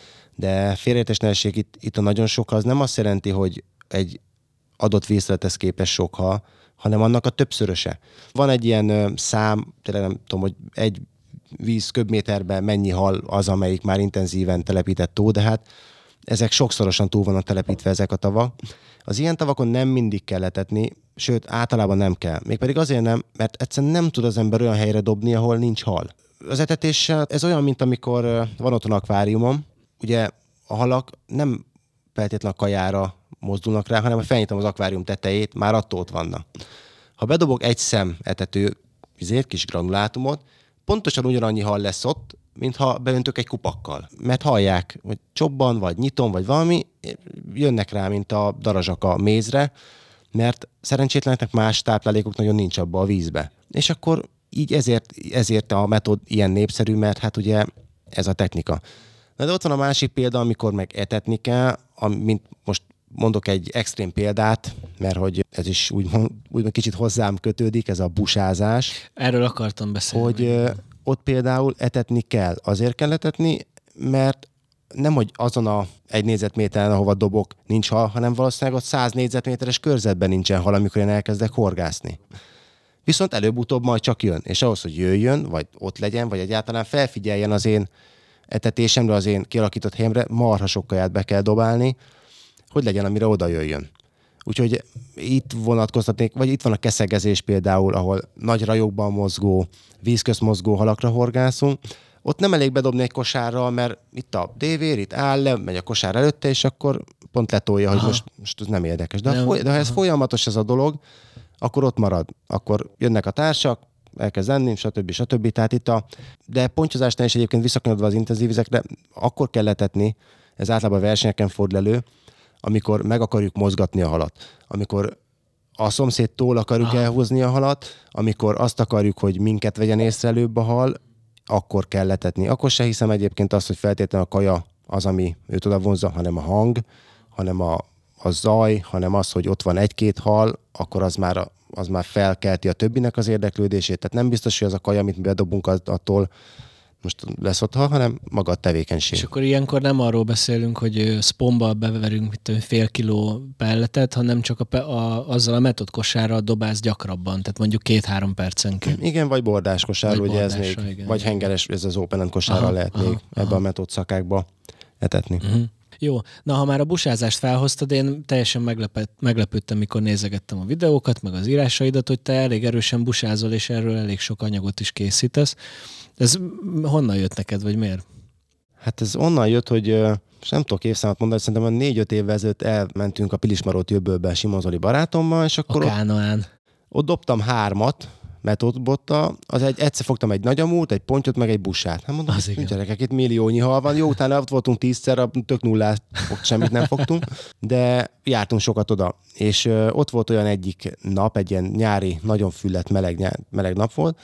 De félreértés ne essék, itt a nagyon sok hal, az nem azt jelenti, hogy egy adott vízterülethez képest sok hal, hanem annak a többszöröse. Van egy ilyen szám, tényleg nem tudom, hogy egy víz köbméterben mennyi hal az, amelyik már intenzíven telepített tó, de hát ezek sokszorosan túl vannak telepítve ezek a tavak. Az ilyen tavakon nem mindig kell etetni, sőt, általában nem kell. Mégpedig azért nem, mert egyszerűen nem tud az ember olyan helyre dobni, ahol nincs hal. Az etetéssel ez olyan, mint amikor van otthon akváriumom, ugye a halak nem feltétlenül a kajára mozdulnak rá, hanem felnyitom az akvárium tetejét, már attól ott vannak. Ha bedobok egy szem etető kis granulátumot, pontosan ugyanannyi hal lesz ott, mintha beöntök egy kupakkal. Mert hallják, hogy csobban, vagy nyitom, vagy valami, jönnek rá, mint a darazsak a mézre, mert szerencsétleneknek más táplálékok nagyon nincs abba a vízbe. És akkor így ezért a metód ilyen népszerű, mert hát ugye ez a technika. De ott van a másik példa, amikor meg etetni kell, mint most mondok egy extrém példát, mert hogy ez is úgy kicsit hozzám kötődik, ez a busázás. Erről akartam beszélni. Hogy ott például etetni kell. Azért kell etetni, mert nem, hogy azon a 1 négyzetméteren, ahova dobok, nincs hal, hanem valószínűleg ott 100 négyzetméteres körzetben nincsen hal, amikor én elkezdek horgászni. Viszont előbb-utóbb majd csak jön. És ahhoz, hogy jöjjön, vagy ott legyen, vagy egyáltalán felfigyeljen az én etetésemre, az én kialakított helyemre, marha sok kaját be kell dobálni, hogy legyen, amire oda jöjjön. Úgyhogy itt vonatkoztatnék, vagy itt van a keszegezés például, ahol nagy rajokban mozgó, vízközt mozgó halakra horgászunk. Ott nem elég bedobni egy kosárral, mert itt a dévér, itt áll le, megy a kosár előtte, és akkor pont letolja, hogy most ez nem érdekes. De ha ez folyamatos ez a dolog, akkor ott marad. Akkor jönnek a társak, elkezd enni, stb. Tehát de pontyozásnál is egyébként visszakanyarodva az intenzív vizekre, akkor kell etetni, ez általában versenyeken fordul elő, amikor meg akarjuk mozgatni a halat. Amikor a szomszédtól akarjuk elhúzni a halat, amikor azt akarjuk, hogy minket vegyen észre előbb a hal, akkor kell letetni. Akkor se hiszem egyébként azt, hogy feltétlenül a kaja az, ami őt oda vonzza, hanem a hang, hanem a zaj, hanem az, hogy ott van egy-két hal, akkor az már felkelti a többinek az érdeklődését. Tehát nem biztos, hogy az a kaja, amit mi bedobunk, attól most lesz ott hal, hanem maga a tevékenység. És akkor ilyenkor nem arról beszélünk, hogy szpombbal beverünk fél kiló pelletet, hanem csak azzal a metodkosárral dobálsz gyakrabban, tehát mondjuk 2-3 percenként. Igen, vagy bordás kosár, ugye ez még, igen, vagy hengeres, ez az open end kosárral lehet még ebbe a metód szakákba etetni. Jó, na ha már a busázást felhoztad, én teljesen meglepődtem, mikor nézegettem a videókat, meg az írásaidat, hogy te elég erősen busázol, és erről elég sok anyagot is készítesz. Ez honnan jött neked, vagy miért? Hát ez onnan jött, hogy nem tudok évszámot mondani, szerintem 4-5 évvel ezelőtt elmentünk a Pilismaróti öbölbe Simon Zoli barátommal, és akkor a Kánoán. Ott dobtam 3 metódbottal, egyszer fogtam egy nagyamút, egy pontyot, meg egy busát. Hát mondom, hogy gyerekek, itt milliónyi hal van. Jó, utána ott voltunk 10-szer, tök nullás, semmit nem fogtunk, de jártunk sokat oda. És ott volt olyan egyik nap, egy ilyen nyári, nagyon füllet, meleg nap volt,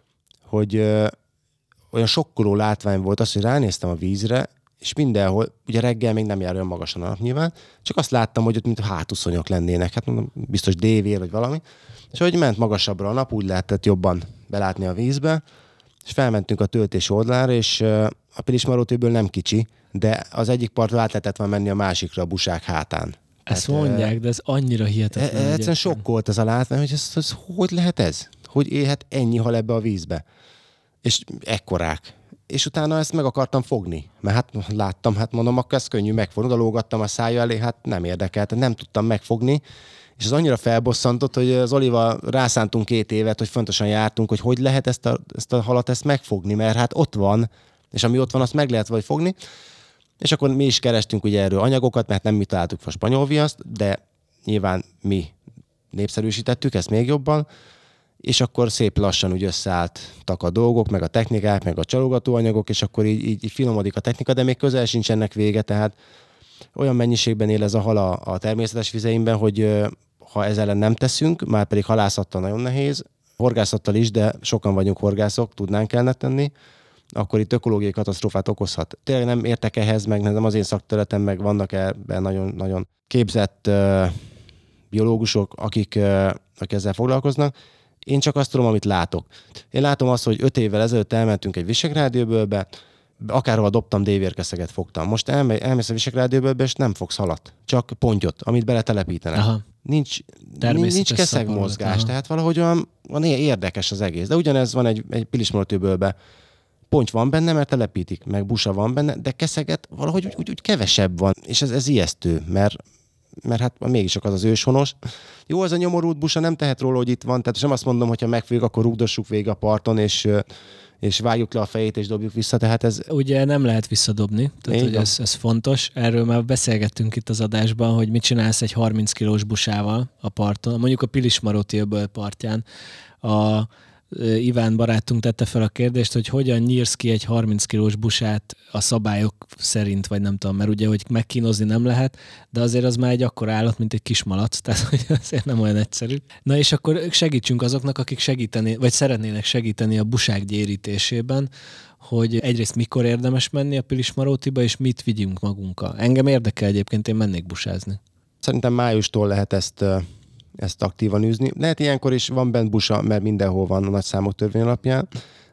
hogy olyan sokkoló látvány volt az, hogy ránéztem a vízre, és mindenhol, ugye reggel még nem jár olyan magasan a nap nyilván, csak azt láttam, hogy ott mint hátuszonyok lennének, hát mondom, biztos dévér vagy valami, és hogy ment magasabbra a nap, úgy lehetett jobban belátni a vízbe, és felmentünk a töltés oldalára, és a Pilismarótéből nem kicsi, de az egyik partról át lehetett már menni a másikra a busák hátán. Ezt mondják, de ez annyira hihetetlen. Egyszerűen sokkolt ez a látvány, hogy ez hogy lehet ez? Hogy élhet ennyi hal ebbe a vízbe? És ekkorák. És utána ezt meg akartam fogni, mert hát láttam, hát mondom, akkor ez könnyű megfogni, odalógattam a szája elé, hát nem érdekelt, nem tudtam megfogni, és az annyira felbosszantott, hogy az Olival rászántunk 2 évet, hogy fontosan jártunk, hogy lehet ezt a halat megfogni, mert hát ott van, és ami ott van, azt meg lehet vagy fogni, és akkor mi is kerestünk ugye erről anyagokat, mert nem mi találtuk a spanyol viaszt, de nyilván mi népszerűsítettük ezt még jobban, és akkor szép lassan úgy összeálltak a dolgok, meg a technikák, meg a csalogatóanyagok, és akkor így finomodik a technika, de még közel sincs ennek vége, tehát olyan mennyiségben él ez a hal a természetes vizeimben, hogy ha ezzel ellen nem teszünk, már pedig halászattal nagyon nehéz, horgászattal is, de sokan vagyunk horgászok, tudnánk kellene tenni, akkor itt ökológiai katasztrófát okozhat. Tényleg nem értek ehhez, meg nem az én szakterületem, meg vannak ebben nagyon képzett biológusok, akik ezzel foglalkoznak. Én csak azt tudom, amit látok. Én látom azt, hogy 5 évvel ezelőtt elmentünk egy Visegrád-öbölbe, akárhol dobtam, dévérkeszeget fogtam. Most elmész a Visegrád-öbölbe, és nem fogsz halat, csak pontyot, amit beletelepetenek. Aha. Nincs keszegmozgás, tehát valahogy van érdekes az egész. De ugyanez van egy Pilismart-öbölbe. Ponty van benne, mert telepítik, meg busa van benne, de keszeget valahogy úgy kevesebb van. És ez ijesztő, mert hát mégis az őshonos. Jó, az a nyomorult busa, nem tehet róla, hogy itt van, tehát sem azt mondom, hogyha megfogjuk, akkor rugdossuk végig a parton, és vágjuk le a fejét, és dobjuk vissza, tehát ez... Ugye nem lehet visszadobni, tehát hogy ez fontos. Erről már beszélgettünk itt az adásban, hogy mit csinálsz egy 30 kilós busával a parton. Mondjuk a Pilismaróti-öböl partján Iván barátunk tette fel a kérdést, hogy hogyan nyírsz ki egy 30 kilós busát a szabályok szerint, vagy nem tudom, mert ugye, hogy megkínozni nem lehet, de azért az már egy akkora állat, mint egy kis malac, tehát hogy azért nem olyan egyszerű. Na és akkor segítsünk azoknak, akik vagy szeretnének segíteni a busák gyérítésében, hogy egyrészt mikor érdemes menni a Pilismarótiba, és mit vigyünk magunkkal. Engem érdekel egyébként, én mennék busázni. Szerintem májustól lehet ezt aktívan űzni. Lehet ilyenkor is van bent busa, mert mindenhol van a nagy számok törvény alapján,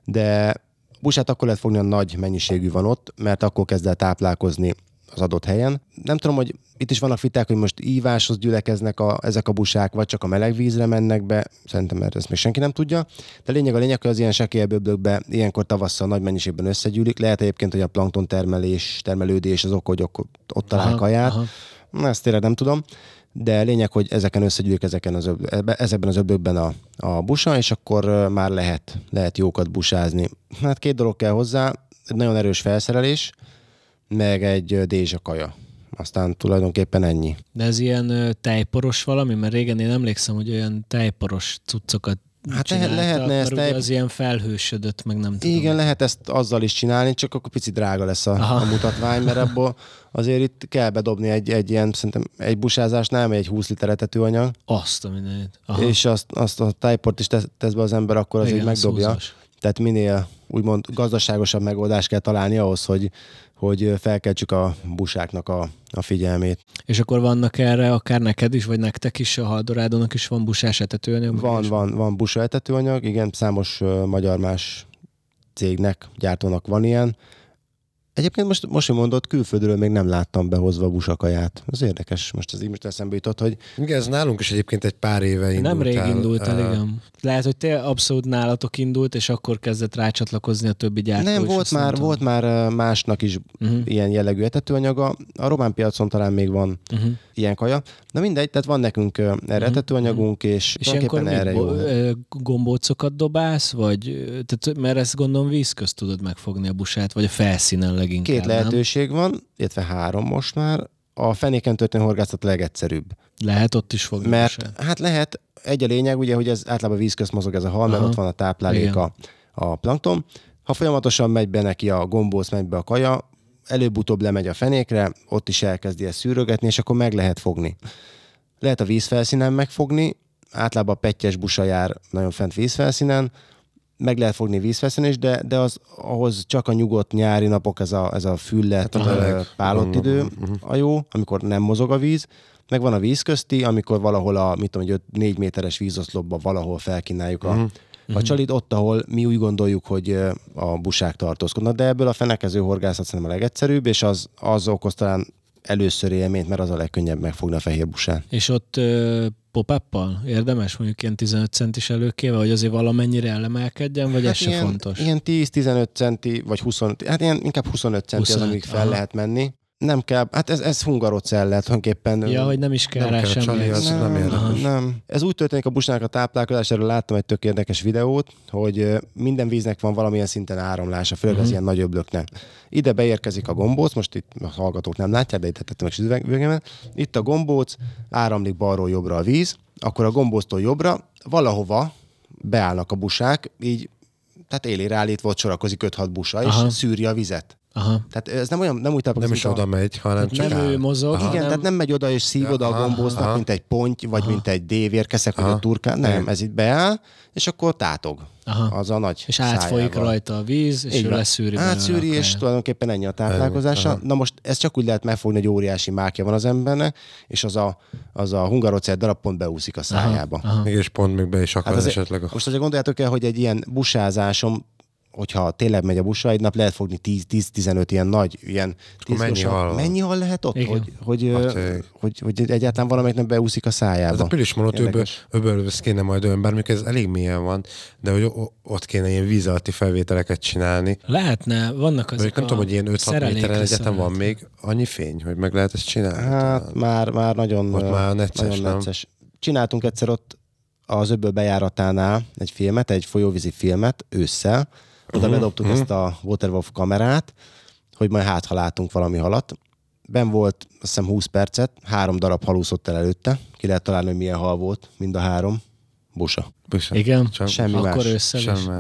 de busát akkor lehet fogni, a nagy mennyiségű van ott, mert akkor kezd el táplálkozni az adott helyen. Nem tudom, hogy itt is vannak viták, hogy most íváshoz gyülekeznek ezek a busák, vagy csak a meleg vízre mennek be. Szerintem mert ezt még senki nem tudja. De a lényeg, hogy az ilyen sekélyebb öblökbe ilyenkor tavasszal nagy mennyiségben összegyűlik. Lehet egyébként, hogy a plankton termelődés az hogy ott talál kaját. Ezt tényleg nem tudom. De lényeg, hogy ezeken összegyűlik ezekben az öblökben a busa, és akkor már lehet jókat busázni. Hát 2 dolog kell hozzá, egy nagyon erős felszerelés, meg egy dézsakaja. Aztán tulajdonképpen ennyi. De ez ilyen tejporos valami? Mert régen én emlékszem, hogy olyan tejporos cuccokat lehetne ezt az ilyen felhősödött, meg nem tudom. Igen, lehet ezt azzal is csinálni, csak akkor picit drága lesz a mutatvány, mert abból azért itt kell bedobni egy ilyen, szerintem egy busázásnál, egy 20 liter etetőanyag. Azt a mindenit. És azt a tejport is tesz be az ember, akkor azért megdobja. Szúzós. Tehát minél úgymond gazdaságosabb megoldást kell találni ahhoz, hogy felkeltsük a busáknak a figyelmét. És akkor vannak erre akár neked is, vagy nektek is, a Haldorádónak is van busás etetőanyag? Van busa etetőanyag, igen, számos magyar más cégnek, gyártónak van ilyen. Egyébként most hogy mondod, külföldről még nem láttam behozva busakaját. Ez érdekes, most eszembe jutott, hogy... Igen, ez nálunk is egyébként egy pár éve indult. Nem rég indult el, igen. Lehet, hogy te abszolút nálatok indult, és akkor kezdett rácsatlakozni a többi gyártó. Nem, volt már másnak is ilyen jellegű etetőanyaga. A román piacon talán még van ilyen kaja. Na mindegy, tehát van nekünk erre etetőanyagunk, és ilyenkor erre jó. Gombócokat dobálsz, vagy, tehát, mert ezt gondolom vízközt tudod megfogni a busát, vagy a felszínen leginkább. 2 lehetőség van, illetve 3 most már. A fenéken történő horgászat legegyszerűbb. Lehet ott is fogni. Mert hát lehet, egy a lényeg, ugye, hogy ez általában vízközt mozog ez a hal, mert ott van a táplálék a plankton. Ha folyamatosan megy be neki a gombóc, megy be a kaja, előbb-utóbb lemegy a fenékre, ott is elkezdi ezt szűrögetni, és akkor meg lehet fogni. Lehet a vízfelszínen megfogni, általában a pettyes busa jár nagyon fent vízfelszínen, meg lehet fogni vízfelszínen is, de ahhoz csak a nyugodt nyári napok, ez a füllet, pálott idő a jó, amikor nem mozog a víz. Meg van a víz közti, amikor valahol 4 méteres vízoszlopba valahol felkínáljuk a csalit, ott, ahol mi úgy gondoljuk, hogy a busák tartózkodnak. De ebből a fenekező horgászat szerintem a legegyszerűbb, és az okoz talán először élményt, mert az a legkönnyebb megfogni a fehér busán. És ott pop-up-pal érdemes, mondjuk ilyen 15 centis előkével, hogy azért valamennyire elemelkedjen, vagy ez se fontos? Ilyen 10-15 centi, vagy 20, hát ilyen inkább 25 centi 25, az, amíg fel lehet menni. Nem kell, hát ez hungarocell lehet tulajdonképpen. Ja, hogy nem is kell rá semmi. Nem. Ez úgy történik a busnának a táplálkozás, erről láttam egy tök érdekes videót, hogy minden víznek van valamilyen szinten áramlása, főleg az ilyen nagy öblöknek. Ide beérkezik a gombóc, most itt a hallgatók nem látják, de itt tettem meg sütővegemet. Itt a gombóc, áramlik balról jobbra a víz, akkor a gombóctól jobbra valahova beállnak a busák, így, tehát élére állítva ott sorakozik 5-6 busa, és szűri a vizet. Aha. Tehát ez nem úgy táplálkozik. Nem is oda megy, hanem csak nem ő mozog. Igen, tehát nem megy oda és szív oda a gombócnak, mint egy ponty, vagy mint egy dévérkeszek, vagy a turkán. Nem, ez itt beáll, és akkor tátog. az a nagy és átfolyik rajta a víz, és ő leszűri. Átszűri, és tulajdonképpen ennyi a táplálkozása. Na most ezt csak úgy lehet megfogni, hogy óriási mákja van az embernek, és az a hungarocell darab pont beúszik a szájába. És pont még be is akad esetleg. Most azért gondoljátok el, hogy egy ilyen busázásom, hogyha tényleg megy a busa, egy nap lehet fogni 10-15 ilyen nagy, ilyen mennyi hal lehet ott, hogy egyáltalán valamelyiknek beúszik a szájába. Ez a Pilismolót öbölbe kéne majd olyan, bár ez elég mélyen van, de hogy ott kéne ilyen víz alatti felvételeket csinálni. Lehetne, vannak azok nem tudom, hogy ilyen 5-6 méteren egyáltalán van még annyi fény, hogy meg lehet ezt csinálni. Hát már nagyon necces. Csináltunk egyszer ott az öböl bejáratánál egy filmet, egy folyóvízi filmet ősszel. Oda bedobtuk ezt a Waterwolf kamerát, hogy majd ha látunk valami halat. Ben volt, azt hiszem 20 percet, 3 darab hal úszott el előtte. Ki lehet találni, hogy milyen hal volt, mind a 3. Busa. Igen? Semmi akkor más. Ősszel is.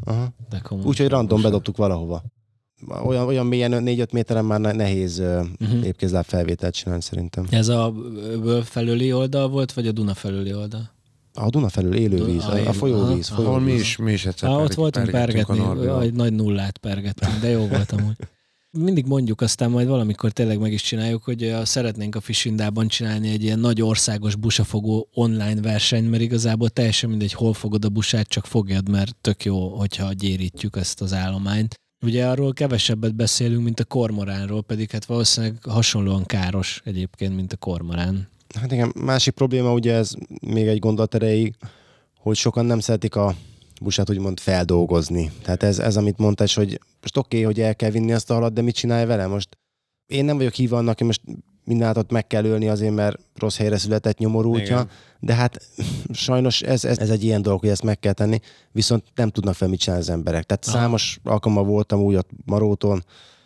Úgyhogy random bedobtuk valahova. Olyan mélyen 4-5 méteren már nehéz épkézláb felvételt csinálni szerintem. Ez a felőli oldal volt, vagy a Duna felőli oldal? A Duna felül élő víz, a folyóvíz. Ahol mi is egyszer ott voltunk pergetni, egy nagy nullát pergettünk, de jó volt amúgy. Mindig mondjuk, aztán majd valamikor tényleg meg is csináljuk, hogy szeretnénk a Fisindában csinálni egy ilyen nagy országos busafogó online versenyt, mert igazából teljesen mindegy, hol fogod a busát, csak fogjad, mert tök jó, hogyha gyérítjük ezt az állományt. Ugye arról kevesebbet beszélünk, mint a kormoránról, pedig hát valószínűleg hasonlóan káros egyébként, mint a kormorán. Hát igen, másik probléma, ugye ez még egy gondolat erejéig, hogy sokan nem szeretik a busát úgymond feldolgozni. Tehát ez amit mondtál, hogy most oké, hogy el kell vinni azt a halat, de mit csinálj vele? Most én nem vagyok hívva annak, hogy most mindent meg kell ölni azért, mert rossz helyre született nyomorútja, de hát sajnos ez egy ilyen dolog, hogy ezt meg kell tenni, viszont nem tudnak fel mit csinálni az emberek. Tehát számos alkalommal voltam úgy a Maróton,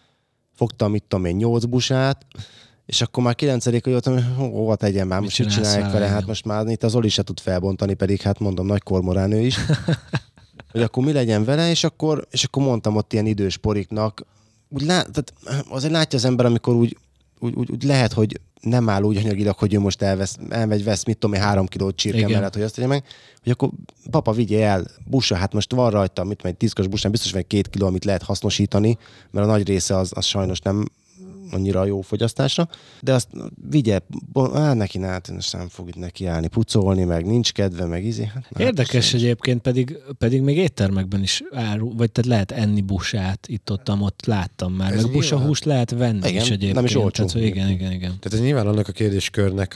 fogtam, 8 busát, és akkor már 9-ig jöttem, hogy hova tegyem már, most mit csinálják vele, hát most már itt az Oli se tud felbontani, pedig hát mondom, nagy kormorán ő is, hogy akkor mi legyen vele, és akkor mondtam ott ilyen idős poriknak, tehát azért látja az ember, amikor úgy lehet, hogy nem áll úgy anyagilag, hogy ő most elmegy, mit tudom én, 3 kilót csirke mellett, hogy azt tegye meg, hogy akkor papa vigye el, busa, hát most van rajta, 10-kos busán, biztos van 2 kiló, amit lehet hasznosítani, mert a nagy része az sajnos nem annyira jó fogyasztásra, de azt vigye, neki nem fog itt neki állni, pucolni, meg nincs kedve, meg Hát, érdekes egyébként, pedig még éttermekben is vagy tehát lehet enni busát, ott láttam már, meg busahúst lehet venni is egyébként. Nem is olcsó. Tehát, igen. Tehát ez nyilván annak a kérdéskörnek,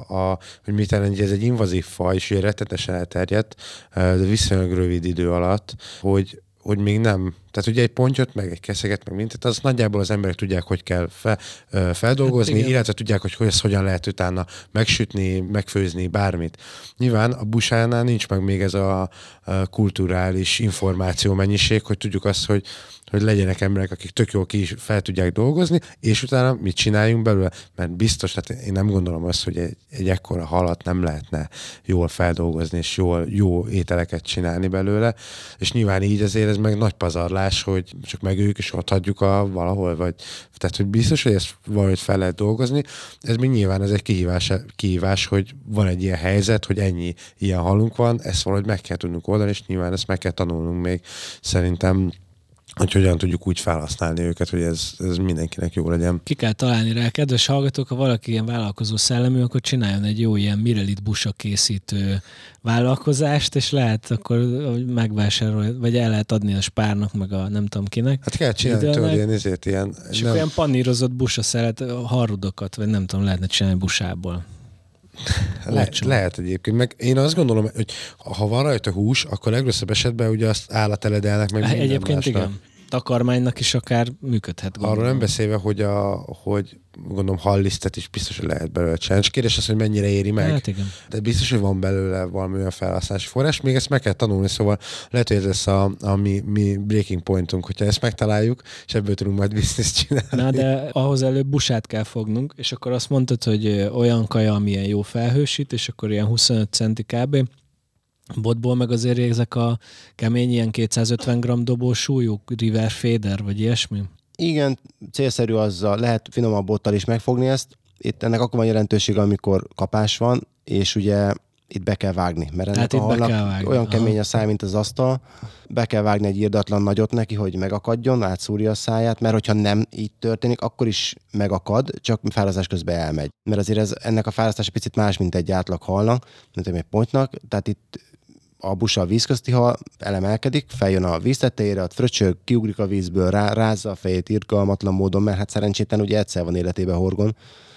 hogy mit jelent, ez egy invazív faj, és ugye rettetesen elterjedt, de viszonylag rövid idő alatt, hogy még nem, tehát ugye egy pontyot, meg egy keszeget, meg mintet, az nagyjából az emberek tudják, hogy kell feldolgozni, illetve tudják, hogy ezt hogyan lehet utána megsütni, megfőzni, bármit. Nyilván a busánál nincs meg még ez a kulturális információ mennyiség, hogy tudjuk azt, hogy legyenek emberek, akik tök jól ki is fel tudják dolgozni, és utána mit csináljunk belőle, mert biztos, tehát én nem gondolom azt, hogy egy ekkora halat nem lehetne jól feldolgozni, és jó ételeket csinálni belőle, és nyilván így azért ez meg nagy pazarlás, hogy csak megöljük, és ott hagyjuk valahol, vagy tehát, hogy biztos, hogy ezt valahogy fel lehet dolgozni. Ez még nyilván ez egy kihívás, hogy van egy ilyen helyzet, hogy ennyi ilyen halunk van, ezt valahogy meg kell tudnunk oldani, és nyilván ezt meg kell tanulnunk még szerintem, hogy hogyan tudjuk úgy felhasználni őket, hogy ez mindenkinek jó legyen. Ki kell találni rá, kedves hallgatók, ha valaki ilyen vállalkozó szellemű, akkor csináljon egy jó ilyen Mirelit busa készítő vállalkozást, és lehet akkor megvásárolni, vagy el lehet adni a Spárnak, meg a nem tudom kinek. Hát kell csinálni tőle ilyen... És nem... olyan panírozott busa szeret, harrudokat, vagy nem tudom, lehetne csinálni busából. Lehet egyébként, meg én azt gondolom, hogy ha van rajta hús, akkor legrosszabb esetben ugye azt állateledelnek meg minden egyébként másnak. Igen. Takarmánynak is akár működhet. Gondolom. Arról nem beszélve, hogy gondolom hallisztet is biztos, hogy lehet belőle csinálni. És kérdés az, hogy mennyire éri meg. Hát igen. De biztos, hogy van belőle valami olyan felhasználási forrás. Még ezt meg kell tanulni, szóval lehet, hogy ez lesz a mi breaking pointunk, hogyha ezt megtaláljuk, és ebből tudunk majd bizniszt csinálni. Na, de ahhoz előbb busát kell fognunk, és akkor azt mondtad, hogy olyan kaja, amilyen jó felhősít, és akkor ilyen 25 centi kb. Botból meg azért ezek a kemény, ilyen 250 g dobó súlyú River Feeder, vagy ilyesmi? Igen, célszerű azzal, lehet finomabb bottal is megfogni ezt. Itt ennek akkor van jelentősége, amikor kapás van, és ugye itt be kell vágni, mert ennek hát a halnak olyan kemény a száj, mint az asztal, be kell vágni egy irdatlan nagyot neki, hogy megakadjon, átszúrja a száját, mert hogyha nem így történik, akkor is megakad, csak fárasztás közben elmegy. Mert azért ennek a fárasztása picit más, mint egy átlag halnak, mint egy pontnak, tehát itt a busa a vízközti hal elemelkedik, feljön a víz tetejére, ott fröcsög, kiugrik a vízből, rázza a fejét irgalmatlan módon, mert hát szerencsétlen ugye egyszer van életében horgon.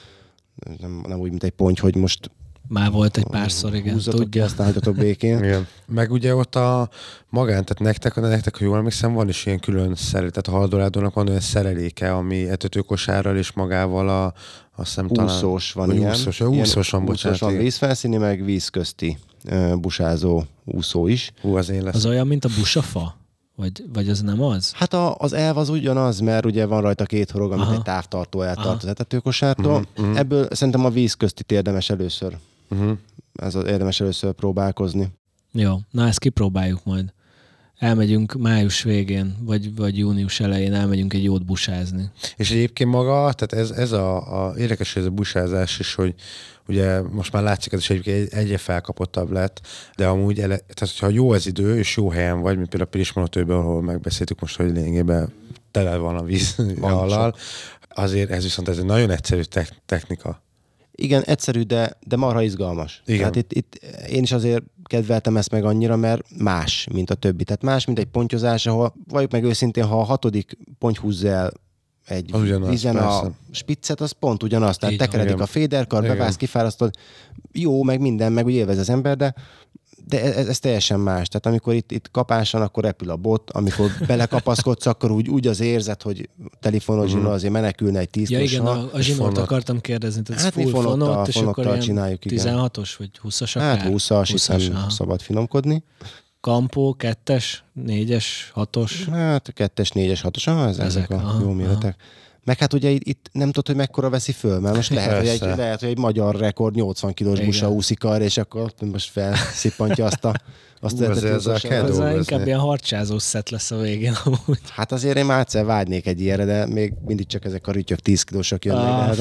Nem úgy, mint egy ponty, hogy most már volt egy párszor, igen. Húzzatok ki, aztán hagyjatok békén. Igen. Meg ugye ott a magán, tehát nektek, ha jól emlékszem, van is ilyen külön szerelé, tehát a Haldorádónak van olyan szereléke, ami etetőkosárral és magával azt hiszem talán... Úszós van ilyen. Úszós van, bocsánat. Úszós van, vízfelszíni, meg vízközti busázó úszó is. Az én lesz. Az olyan, mint a busafa? Vagy az nem az? Hát az elv az ugyanaz, mert ugye van rajta 2 horog, amit egy távtartó eltart az etetőkosártól. Ebből szerintem a vízköztit érdemes először. Érdemes először próbálkozni. Jó, na ezt kipróbáljuk majd. Elmegyünk május végén, vagy június elején elmegyünk egy jót busázni. És egyébként maga, tehát ez a érdekes, ez a busázás is, hogy ugye most már látszik, ez is egyre felkapottabb lett, de amúgy, tehát hogyha jó az idő, és jó helyen vagy, mint például a Pilismanotóban, ahol megbeszéltük most, hogy lényegében tele van a víz hallal, azért ez viszont ez egy nagyon egyszerű technika. Igen, egyszerű, de marha izgalmas. Igen. Tehát itt én is azért kedveltem ezt meg annyira, mert más, mint a többi. Tehát más, mint egy pontyozás, ahol valljuk meg őszintén, ha a 6. ponty húzza el egy vízen a spiccet, az pont ugyanaz. Tehát tekeredik a féderkar, bevágsz, kifárasztod. Jó, meg minden, meg úgy élvez az ember, de ez teljesen más. Tehát amikor itt kapáson, akkor repül a bot, amikor belekapaszkodsz, akkor úgy az érzet, hogy telefonos zsinó azért menekülne egy 10 kilós. Ja igen, a zsinót akartam kérdezni. Tehát hát full fonott, és akkor csináljuk, 16-os vagy 20-as akár? Hát 20-as, hiszen szabad finomkodni. Kampó, 2-es, 4-es, 6-os? Hát 2-es, 4-es, 6-os, ezek a jó méretek. Meg hát ugye itt nem tudod, hogy mekkora veszi föl, mert most lehet, hogy egy magyar rekord 80 kilós busa úszik arra, és akkor most felszippantja azt a inkább ilyen harcsázós szett lesz a végén amúgy. Hát azért én már egyszer vágynék egy ilyenre, de még mindig csak ezek a rütyök 10 kilósak jönnek.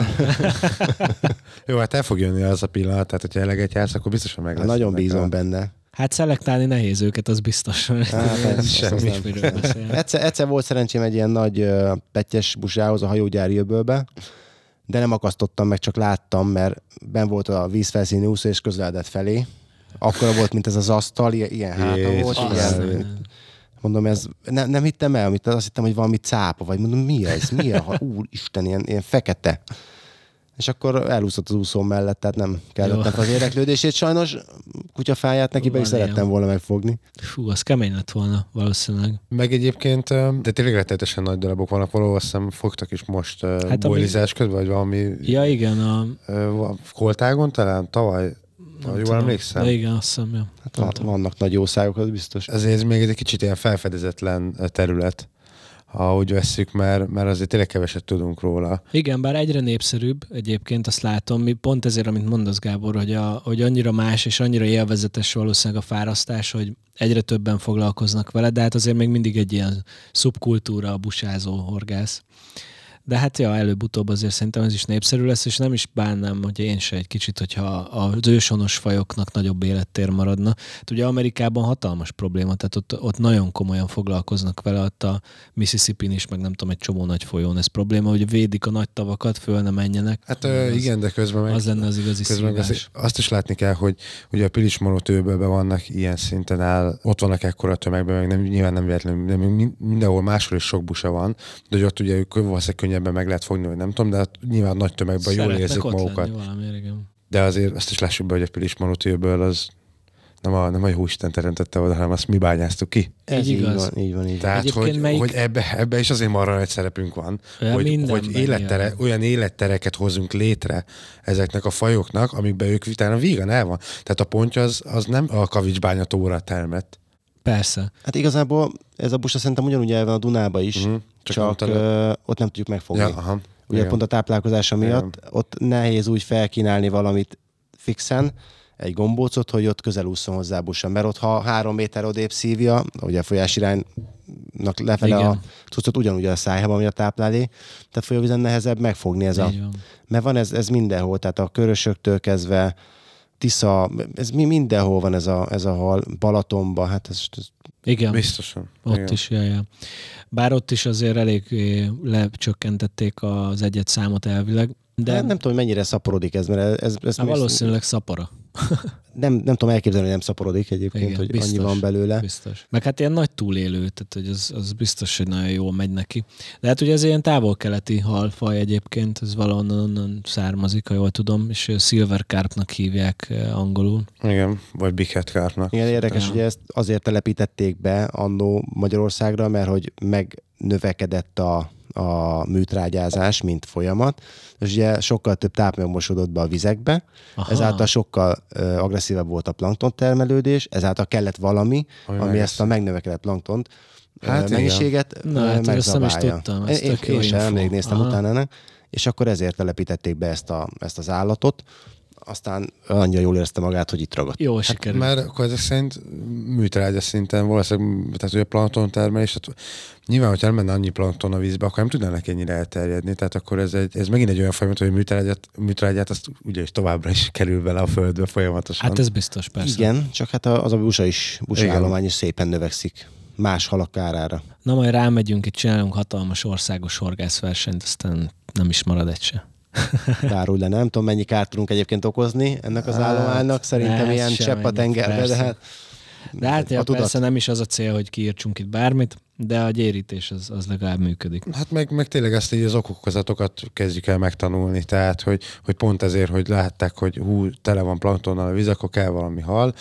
Jó, hát el fog jönni az a pillanat, tehát hogyha eleget jársz, akkor biztosan meg lesz. Nagyon bízom benne. Hát szelektálni nehéz őket, az biztos. Egyszer volt szerencsém egy ilyen nagy pettyes busához a hajógyári öbölbe, de nem akasztottam meg, csak láttam, mert benn volt a vízfelszíni úszó és közeledett felé. Akkora volt, mint ez az asztal, ilyen háta volt. Mondom, ez nem hittem el, amit azt hittem, hogy valami cápa, vagy mondom, mi ez? Úristen, ilyen fekete. És akkor elúszott az úszó mellett, tehát nem kellett az érdeklődését. Sajnos kutyafáját neki be is szerettem volna megfogni. Fú, az kemény lett volna valószínűleg. Meg egyébként, de tényleg rettenetesen nagy darabok vannak, valahol azt hiszem fogtak is most bojlizás közben, vagy valami... Ja, igen. A Koltágon talán tavaly, jól emlékszem. De igen, azt hiszem, ja. Hát vannak nagy jószágok, az biztos. Ezért még egy kicsit ilyen felfedezetlen terület, ha úgy vesszük, mert azért tényleg keveset tudunk róla. Igen, bár egyre népszerűbb egyébként, azt látom, pont ezért, amit mondasz, Gábor, hogy annyira más és annyira élvezetes valószínűleg a fárasztás, hogy egyre többen foglalkoznak vele, de hát azért még mindig egy ilyen szubkultúra a busázó horgász. De hát előbb-utóbb azért szerintem ez is népszerű lesz, és nem is bánnám, hogy én se egy kicsit, hogyha az őshonos fajoknak nagyobb élettér maradna. Hát ugye Amerikában hatalmas probléma, tehát ott nagyon komolyan foglalkoznak vele, ott a Mississippi-n is, meg nem tudom, egy csomó nagy folyón ez probléma, hogy védik a nagy tavakat, föl ne menjenek. Hát igen, de közben meg... Az lenne az igazi szívás. Azt is látni kell, hogy ugye a Pilismanotóban vannak ilyen szinten áll, ott vannak ekkora tömegben, meg nyilván nem véletlenül, mindenhol máshol is sok busa van, de hogy ott ugye ők valószínűleg meg lehet fogni, vagy nem tudom, de hát nyilván nagy tömegben jól érzik magukat. De azért azt is lássuk be, hogy a Pilismanotóból az nem a Jóisten teremtette oda, hanem azt mi bányáztuk ki. Ez így van. Tehát, hogy ebbe is azért marra egy szerepünk van, hogy olyan élettereket hozunk létre ezeknek a fajoknak, amikben ők utána vígan el van. Tehát a ponty az nem a Kavicsbánya tóra termett. Persze. Hát igazából ez a busa szerintem ugyanúgy el van a Dunába is, csak ott nem tudjuk megfogni. Ja, ugye pont a táplálkozása miatt ott nehéz úgy felkínálni valamit fixen, egy gombócot, hogy ott közel ússzon hozzá a busa. Mert ott, ha 3 méter odébb szívja, ugye a folyásiránynak lefele a cuccot ugyanúgy a szájában, ami a táplálé, tehát folyóvízen nehezebb megfogni ez mert van ez mindenhol, tehát a körösöktől kezdve Tisza, ez mindenhol van ez a hal, Balatonban, hát ez igen. Biztosan. Ott igen. is, ja. Bár ott is azért elég lecsökkentették az egyet-számot elvileg. De nem tudom, mennyire szaporodik ez, mert ez valószínűleg szapora. Nem tudom elképzelni, hogy nem szaporodik egyébként, igen, hogy biztos, annyi van belőle. Biztos. Meg hát ilyen nagy túlélő, tehát hogy az biztos, hogy nagyon jól megy neki. De hát ugye ez ilyen távol-keleti halfaj egyébként, ez valahonnan származik, ha jól tudom, és silver carpnak hívják angolul. Igen, vagy big head carpnak. Igen, érdekes, hogy ezt azért telepítették be annó Magyarországra, mert hogy megnövekedett a műtrágyázás, mint folyamat, és ugye sokkal több tápanyag mosódott be a vizekbe, ezáltal sokkal agresszívebb volt a planktontermelődés, ezáltal kellett valami, ami ezt a megnövekedett planktont mennyiséget megzabálja. Ezt nem is tudtam. Én sem még néztem utána ennek, és akkor ezért telepítették be ezt az állatot, aztán annyira jól érezte magát, hogy itt ragadt. Jó sikerült. Mert akkor ezek szerint műtrágya szinten valószínűleg, tehát ugye plankton termelés, tehát nyilván, hogyha nem menne annyi plankton a vízbe, akkor nem tudnának ennyire elterjedni, tehát akkor ez megint egy olyan folyamat, hogy műtrágyát azt ugye is továbbra is kerül bele a földbe folyamatosan. Hát ez biztos, persze. Igen, csak hát az a USA állomány is szépen növekszik más halak kárára. Na majd rámegyünk, itt csinálunk hatalmas országos horgászversenyt, aztán nem is marad egy se. Bár úgy lenne, nem tudom, mennyi kárt tudunk egyébként okozni ennek az állománynak, szerintem ilyen csepp a tengerbe, de hát... De hát ja, persze nem is az a cél, hogy kiírtsunk itt bármit, de a gyérítés az legalább működik. Hát meg tényleg ezt így az okokozatokat kezdjük el megtanulni, tehát hogy pont ezért, hogy látták, hogy tele van planktonnal a víz, akkor kell valami hal,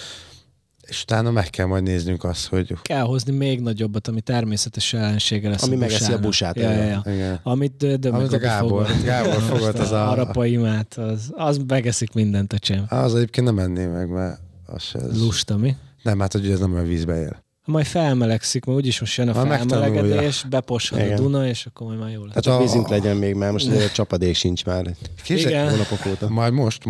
és utána meg kell majd néznünk azt, hogy... Kell hozni még nagyobbat, ami természetes ellensége lesz. Ami megeszi a busát. Ja. Amit a Gábor fogott az a... Arapaimát, az megeszik mindent a csem. Az egyébként nem enném meg, mert az se... Lusta, mi? Nem, hát hogy ez nem olyan vízbe él. Majd felmelegszik, mert úgyis most jön a felmelegedés, beposhad a Duna, és akkor majd már jól lesz. Hát csak vízünk legyen még, mert most a csapadék sincs már. Képzelj, hónapok óta. Majd most,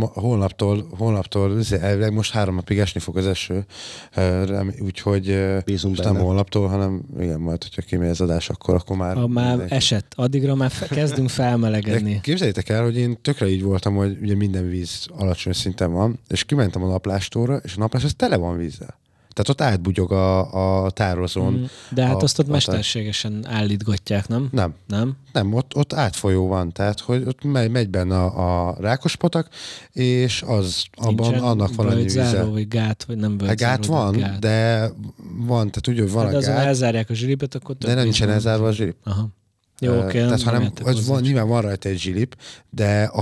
holnaptól elvileg most 3 napig esni fog az eső, úgyhogy most nem holnaptól, hanem igen, majd, hogyha kimegy az adás, akkor már... Ha már esett, addigra már kezdünk felmelegedni. De képzeljétek el, hogy én tökre így voltam, hogy ugye minden víz alacsony szinten van, és kimentem a naplástóra, és a naplás az tele van vízzel. Tehát ott átbugyog a tározón. De hát azt ott mesterségesen állítgatják, nem? Nem, ott átfolyó van, tehát hogy ott megy benne a Rákospatak, és annak van annyi víze. Vagy gát, vagy nem völgyzáró. Gát van, gát. De van, tehát úgy, hogy van hát a gát. De elzárják a zsilipet, akkor de nem nincsen elzárva a zsilip. Aha. Jó, oké. Tehát hanem, nyilván van rajta egy zsilip, de a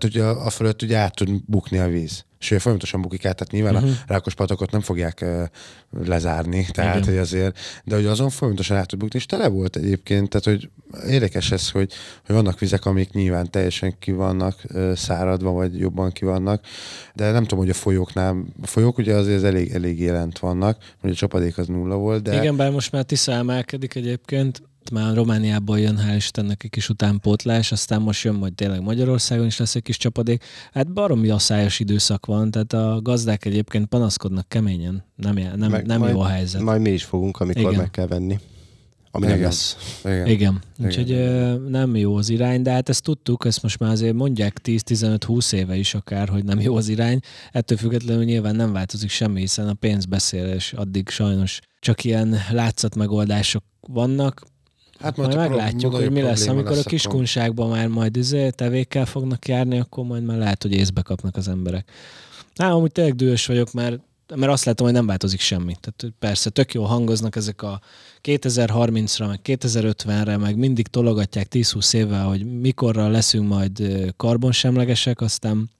fölött ugye át tud bukni a víz. És folyamatosan bukik át, tehát nyilván a Rákospatakot nem fogják lezárni, tehát hogy azért, de hogy azon folyamatosan át tud bukni, és tele volt egyébként, tehát hogy érdekes ez, hogy vannak vizek, amik nyilván teljesen ki vannak száradva, vagy jobban ki vannak, de nem tudom, hogy a folyók ugye azért elég jelent vannak, hogy a csapadék az 0 volt, de... Igen, bár most már Tisza emelkedik egyébként, már Romániából jön, hál' Istennek, egy kis utánpótlás, aztán most jön majd tényleg Magyarországon is lesz egy kis csapadék. Hát baromi asszályos időszak van, tehát a gazdák egyébként panaszkodnak keményen, nem jó a helyzet. Majd mi is fogunk, amikor meg kell venni. Ami nem lesz. Igen. Úgyhogy nem jó az irány, de hát ezt tudtuk, ezt most már azért mondják 10-15-20 éve is akár, hogy nem jó az irány. Ettől függetlenül nyilván nem változik semmi, hiszen a pénz beszél, és addig sajnos csak ilyen látszatmegoldások vannak. Hát majd meglátjuk, hogy mi lesz, amikor a kiskunságban már majd tevékkel fognak járni, akkor majd már lehet, hogy észbe kapnak az emberek. Amúgy tényleg dühös vagyok, mert azt látom, hogy nem változik semmi. Tehát persze tök jól hangoznak ezek a 2030-ra, meg 2050-re, meg mindig tologatják 10-20 évvel, hogy mikorra leszünk majd karbonsemlegesek, aztán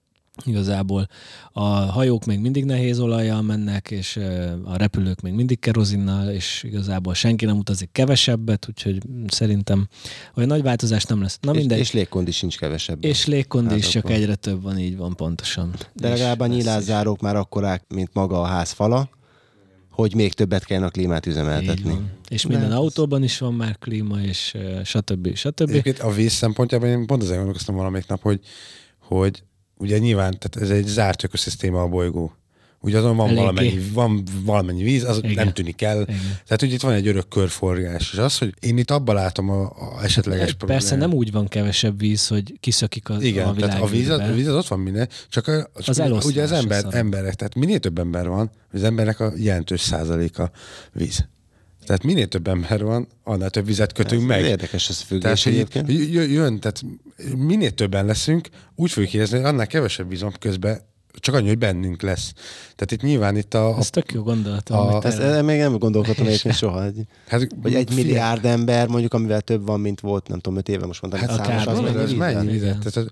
igazából a hajók még mindig nehéz olajjal mennek, és a repülők még mindig kerozinnal, és igazából senki nem utazik kevesebbet, úgyhogy szerintem olyan nagy változás nem lesz. Na mindegy. És légkondi sincs kevesebb. És légkondi is csak egyre több van, így van pontosan. De legalább a nyílászárók már akkorák, mint maga a ház fala, hogy még többet kellene a klímát üzemeltetni. És minden autóban is van már klíma, és stb. Egyébként a víz szempontjában én pont azért gondolkoztam valamelyik nap, hogy ugye nyilván, tehát ez egy zárt ökoszisztéma a bolygó. ugye azon van valamennyi víz, az nem tűnik el. Igen. Tehát ugye itt van egy örök körforgás. És az, hogy én itt abban látom a esetleges problémát. Persze nem úgy van kevesebb víz, hogy kiszökik a igen, tehát a víz az ott van minden, csak ugye az emberek, tehát minél több ember van, az embernek a jelentős százaléka víz. Tehát minél több ember van, annál több vizet kötünk meg. Érdekes ez függés egyébként. Tehát minél többen leszünk, úgy fogjuk érezni, hogy annál kevesebb víz van közben, csak annyi, hogy bennünk lesz. Tehát itt nyilván itt Ez tök jó gondolatom. Ezt még nem gondolkodtam egyébként soha. Vagy 1 milliárd ember, mondjuk, amivel több van, mint volt, nem tudom, 5 éve most mondtam. Ez mennyi vizet?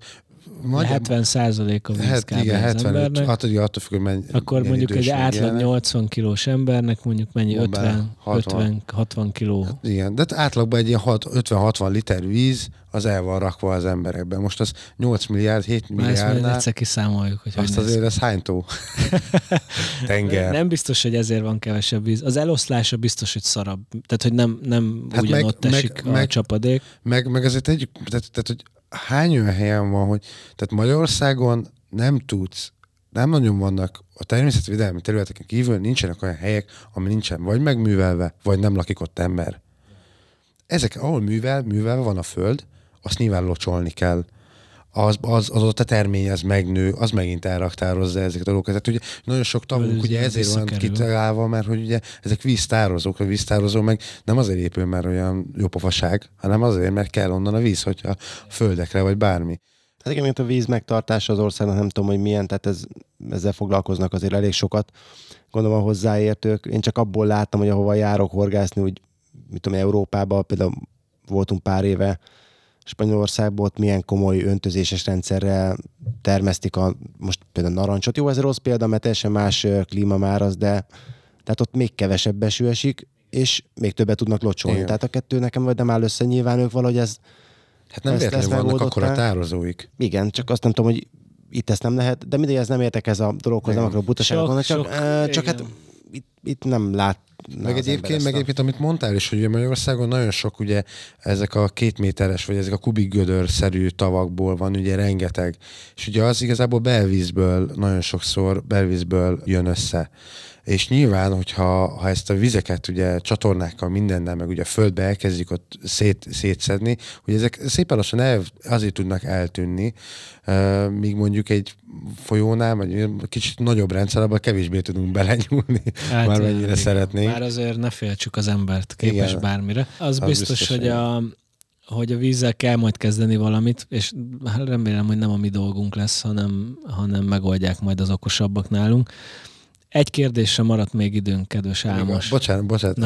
70% a víz kb. Igen, 75, attól függ, hogy mennyi. Akkor mondjuk egy átlag 80 kilós embernek mondjuk mennyi 50-60 kiló. Igen, de átlagban egy ilyen 50-60 liter víz az el van rakva az emberekben. Most az 8 milliárd, 7 milliárdnál. Ezt egyszer kiszámoljuk, hogy azt azért ez hány tó? Tenger. Nem biztos, hogy ezért van kevesebb víz. Az eloszlása biztos, hogy szarabb. Tehát, hogy nem hát ugyanott esik a csapadék. Meg azért tehát, hogy hány olyan helyen van, hogy tehát Magyarországon nem nagyon vannak a természetvédelmi területeken kívül nincsenek olyan helyek, ami nincsen vagy megművelve, vagy nem lakik ott ember. Ezek, ahol művelve van a föld, azt nyilván locsolni kell. Az ott a termény, az megnő, az megint elraktározza ezeket a dolgokat. Tehát ugye nagyon sok tavunk ugye ezért van kitalálva, mert hogy ugye ezek víztározók, a víztározó meg nem azért épül, mert olyan jópofaság, hanem azért, mert kell onnan a víz, hogyha a földekre vagy bármi. Hát igen, mint a víz megtartása az országnak, nem tudom, hogy milyen, tehát ezzel foglalkoznak azért elég sokat. Gondolom a hozzáértők. Én csak abból láttam, hogy ahova járok horgászni, úgy, mit tudom, Európában, például voltunk pár éve, Spanyolországból ott milyen komoly öntözéses rendszerrel termesztik most például narancsot. Jó, ez rossz példa, mert teljesen más klíma már az, de tehát ott még kevesebb eső esik, és még többet tudnak locsolni. Igen. Tehát a kettő nekem vagy nem áll össze, nyilván ők valahogy ez. Hát nem véletlenül vannak akkor a tározóik. Igen, csak azt nem tudom, hogy itt ezt nem lehet, de mindegy, ez nem értek ez a dologhoz, nem akarok butaságot mondani, csak hát itt nem lát. Meg egyébként, amit mondtál is, hogy Magyarországon nagyon sok ugye ezek a 2 méteres, vagy ezek a kubikgödörszerű tavakból van ugye rengeteg. És ugye az igazából belvízből, nagyon sokszor belvízből jön össze. És nyilván, hogyha ezt a vizeket ugye csatornákkal mindennel, meg ugye a földbe elkezdik ott szétszedni, hogy ezek szépen lassan azért tudnak eltűnni, míg mondjuk egy folyónál, vagy kicsit nagyobb rendszerben kevésbé tudunk belenyúlni, hát, már mennyire szeretnénk. Már azért ne féltsük az embert, képes igen, bármire. Az biztos, hogy a vízzel kell majd kezdeni valamit, és remélem, hogy nem a mi dolgunk lesz, hanem megoldják majd az okosabbak nálunk. Egy kérdésre maradt még időnk, kedves Álmos. Bocsánat,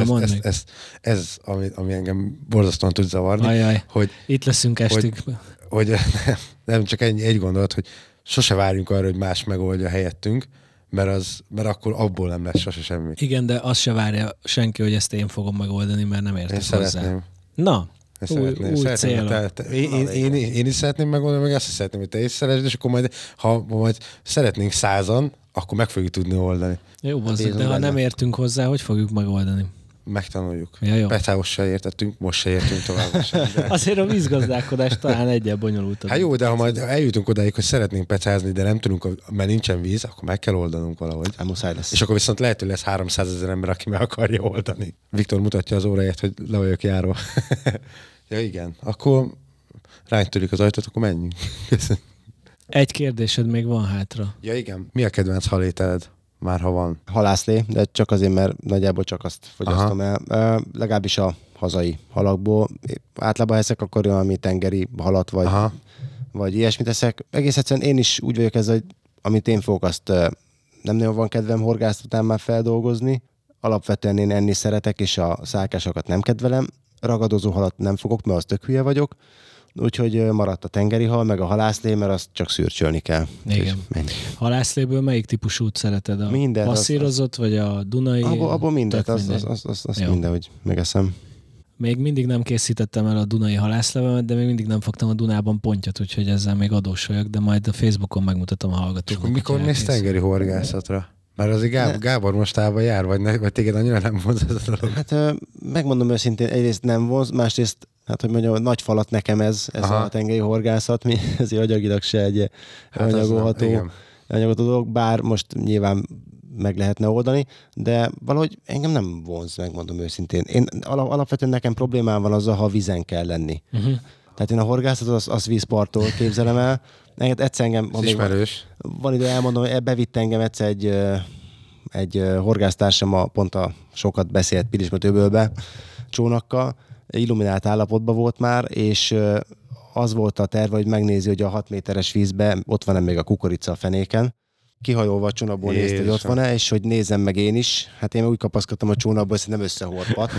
ez ami engem borzasztóan tud zavarni. Ajaj, hogy itt leszünk estig. Hogy nem csak egy gondolat, hogy sose várjunk arra, hogy más megoldja helyettünk, mert akkor abból nem lesz sose semmi. Igen, de azt se várja senki, hogy ezt én fogom megoldani, mert nem értek hozzá. Szeretném. Na, új célom. Én is szeretném megoldani, meg azt is szeretném, hogy te is szeresd, és akkor majd, ha majd szeretnénk 100-an, akkor meg fogjuk tudni oldani. Jó, de ha nem értünk hozzá, hogy fogjuk megoldani? Megtanuljuk. Ja, Petához se értettünk, most se értünk tovább. Azért a vízgazdálkodás talán egyel bonyolultabb. Hát jó, de ha majd eljutunk odáig, hogy szeretnénk pecázni, de nem tudunk, mert nincsen víz, akkor meg kell oldanunk valahogy. Muszáj lesz. És akkor viszont lehet, hogy lesz 300 000 ember, aki meg akarja oldani. Viktor mutatja az óráját, hogy le vagyok járva. Ja igen, akkor ránk törik az ajtót, akkor menjünk. Egy kérdésed még van hátra. Ja igen. Mi a kedvenc halételed? Már ha van. Halászlé, de csak azért, mert nagyjából csak azt fogyasztom el. Legalábbis a hazai halakból. Általában eszek akkor valami tengeri halat, vagy ilyesmit eszek. Egész egyszerűen én is úgy vagyok ezzel, hogy amit én fogok, azt nem nagyon van kedvem horgászat után már feldolgozni. Alapvetően én enni szeretek, és a szálkásokat nem kedvelem. Ragadozó halat nem fogok, mert az tök hülye vagyok. Úgyhogy maradt a tengeri hal, meg a halászlé, mert azt csak szürcsölni kell. Igen. Halászléből melyik típusút szereted? A passzírozott, vagy a dunai? Abból mindent, azt mindenhogy megeszem. Még mindig nem készítettem el a dunai halászlevemet, de még mindig nem fogtam a Dunában pontyot, úgyhogy ezzel még adós vagyok, de majd a Facebookon megmutatom a hallgatóknak. Mikor mész tengeri horgászatra? Már azért Gábor mostában jár, vagy téged annyira nem vonz ez a dolog? Hát megmondom őszintén, egyrészt nem vonz, másrészt hát, hogy mondjam, nagy falat nekem ez a tengeri horgászat, ezért agyagilag se egy anyagolható dolog, bár most nyilván meg lehetne oldani, de valahogy engem nem vonz, megmondom őszintén. Én alapvetően nekem problémám van azzal, ha vízen kell lenni. Tehát én a horgászatot az vízparttól képzelem el. Egyszer engem... Ismerős. Van idő, elmondom, hogy bevitt engem egyszer egy horgásztársam pont a sokat beszélt Pilismert-öbölbe csónakkal, illuminált állapotban volt már, és az volt a terve, hogy megnézi, hogy a 6 méteres vízbe ott van-e még a kukorica a fenéken. Kihajolva a csónakból nézte, hogy ott van-e, és hogy nézzem meg én is. Hát én úgy kapaszkodtam a csónakból, hogy nem összehorpat.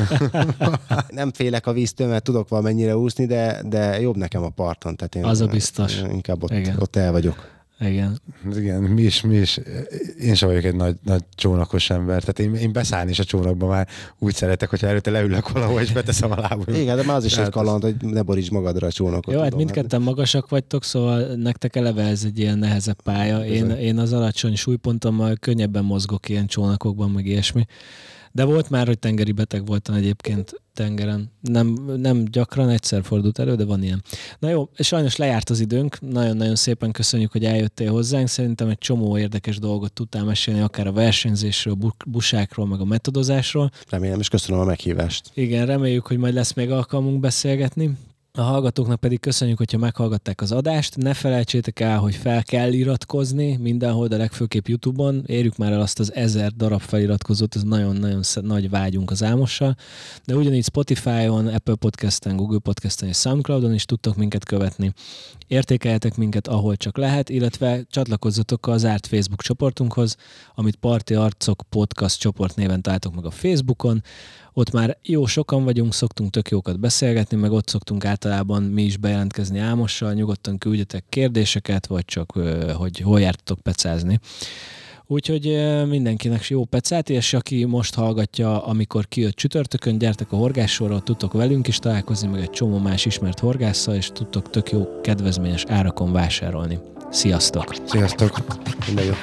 Nem félek a víztől, mert tudok valamennyire úszni, de jobb nekem a parton. Tehát én az a biztos. Inkább ott el vagyok. Igen, mi is. Én sem vagyok egy nagy csónakos ember. Tehát én beszállni is a csónakba már úgy szeretek, hogyha előtte leülök valahol, és beteszem a lábam. Igen, de már az is egy kaland, hogy ne borítsd magadra a csónakot. Jó, hát mindketten magasak vagytok, szóval nektek eleve ez egy ilyen nehezebb pálya. Én az alacsony súlypontommal könnyebben mozgok ilyen csónakokban, meg ilyesmi. De volt már, hogy tengeri beteg voltam egyébként tengeren. Nem gyakran, egyszer fordult elő, de van ilyen. Na jó, sajnos lejárt az időnk. Nagyon-nagyon szépen köszönjük, hogy eljöttél hozzánk. Szerintem egy csomó érdekes dolgot tudtál mesélni, akár a versenyzésről, busákról, meg a metodozásról. Remélem, és köszönöm a meghívást. Igen, reméljük, hogy majd lesz még alkalmunk beszélgetni. A hallgatóknak pedig köszönjük, hogyha meghallgatták az adást. Ne felejtsétek el, hogy fel kell iratkozni mindenhol, de legfőképp YouTube-on. Érjük már el azt az 1000 darab feliratkozót, ez nagyon-nagyon nagy vágyunk az Ámossal. De ugyanígy Spotify-on, Apple Podcast-en, Google Podcast-en és Soundcloud-on is tudtok minket követni. Értékeljetek minket, ahol csak lehet, illetve csatlakozzatok az zárt Facebook csoportunkhoz, amit Parti Arcok Podcast csoport néven találtok meg a Facebookon. Ott már jó sokan vagyunk, szoktunk tök jókat beszélgetni, meg ott szoktunk általában mi is bejelentkezni Ámossal, nyugodtan küldjetek kérdéseket, vagy csak, hogy hol jártatok pecázni. Úgyhogy mindenkinek jó pecát, és aki most hallgatja, amikor kijött csütörtökön, gyertek a horgássorra, tudtok velünk is találkozni, meg egy csomó más ismert horgásszal, és tudtok tök jó kedvezményes árakon vásárolni. Sziasztok! Sziasztok! Minden jó!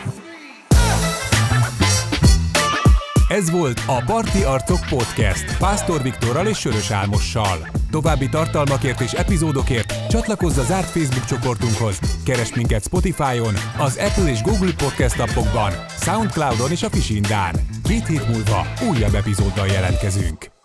Ez volt a Parti Arcok Podcast Pásztor Viktorral és Sörös Álmossal. További tartalmakért és epizódokért csatlakozz a zárt Facebook csoportunkhoz. Keresd minket Spotify-on, az Apple és Google Podcast appokban, Soundcloud-on és a Fisindán. 2 hét múlva újabb epizóddal jelentkezünk.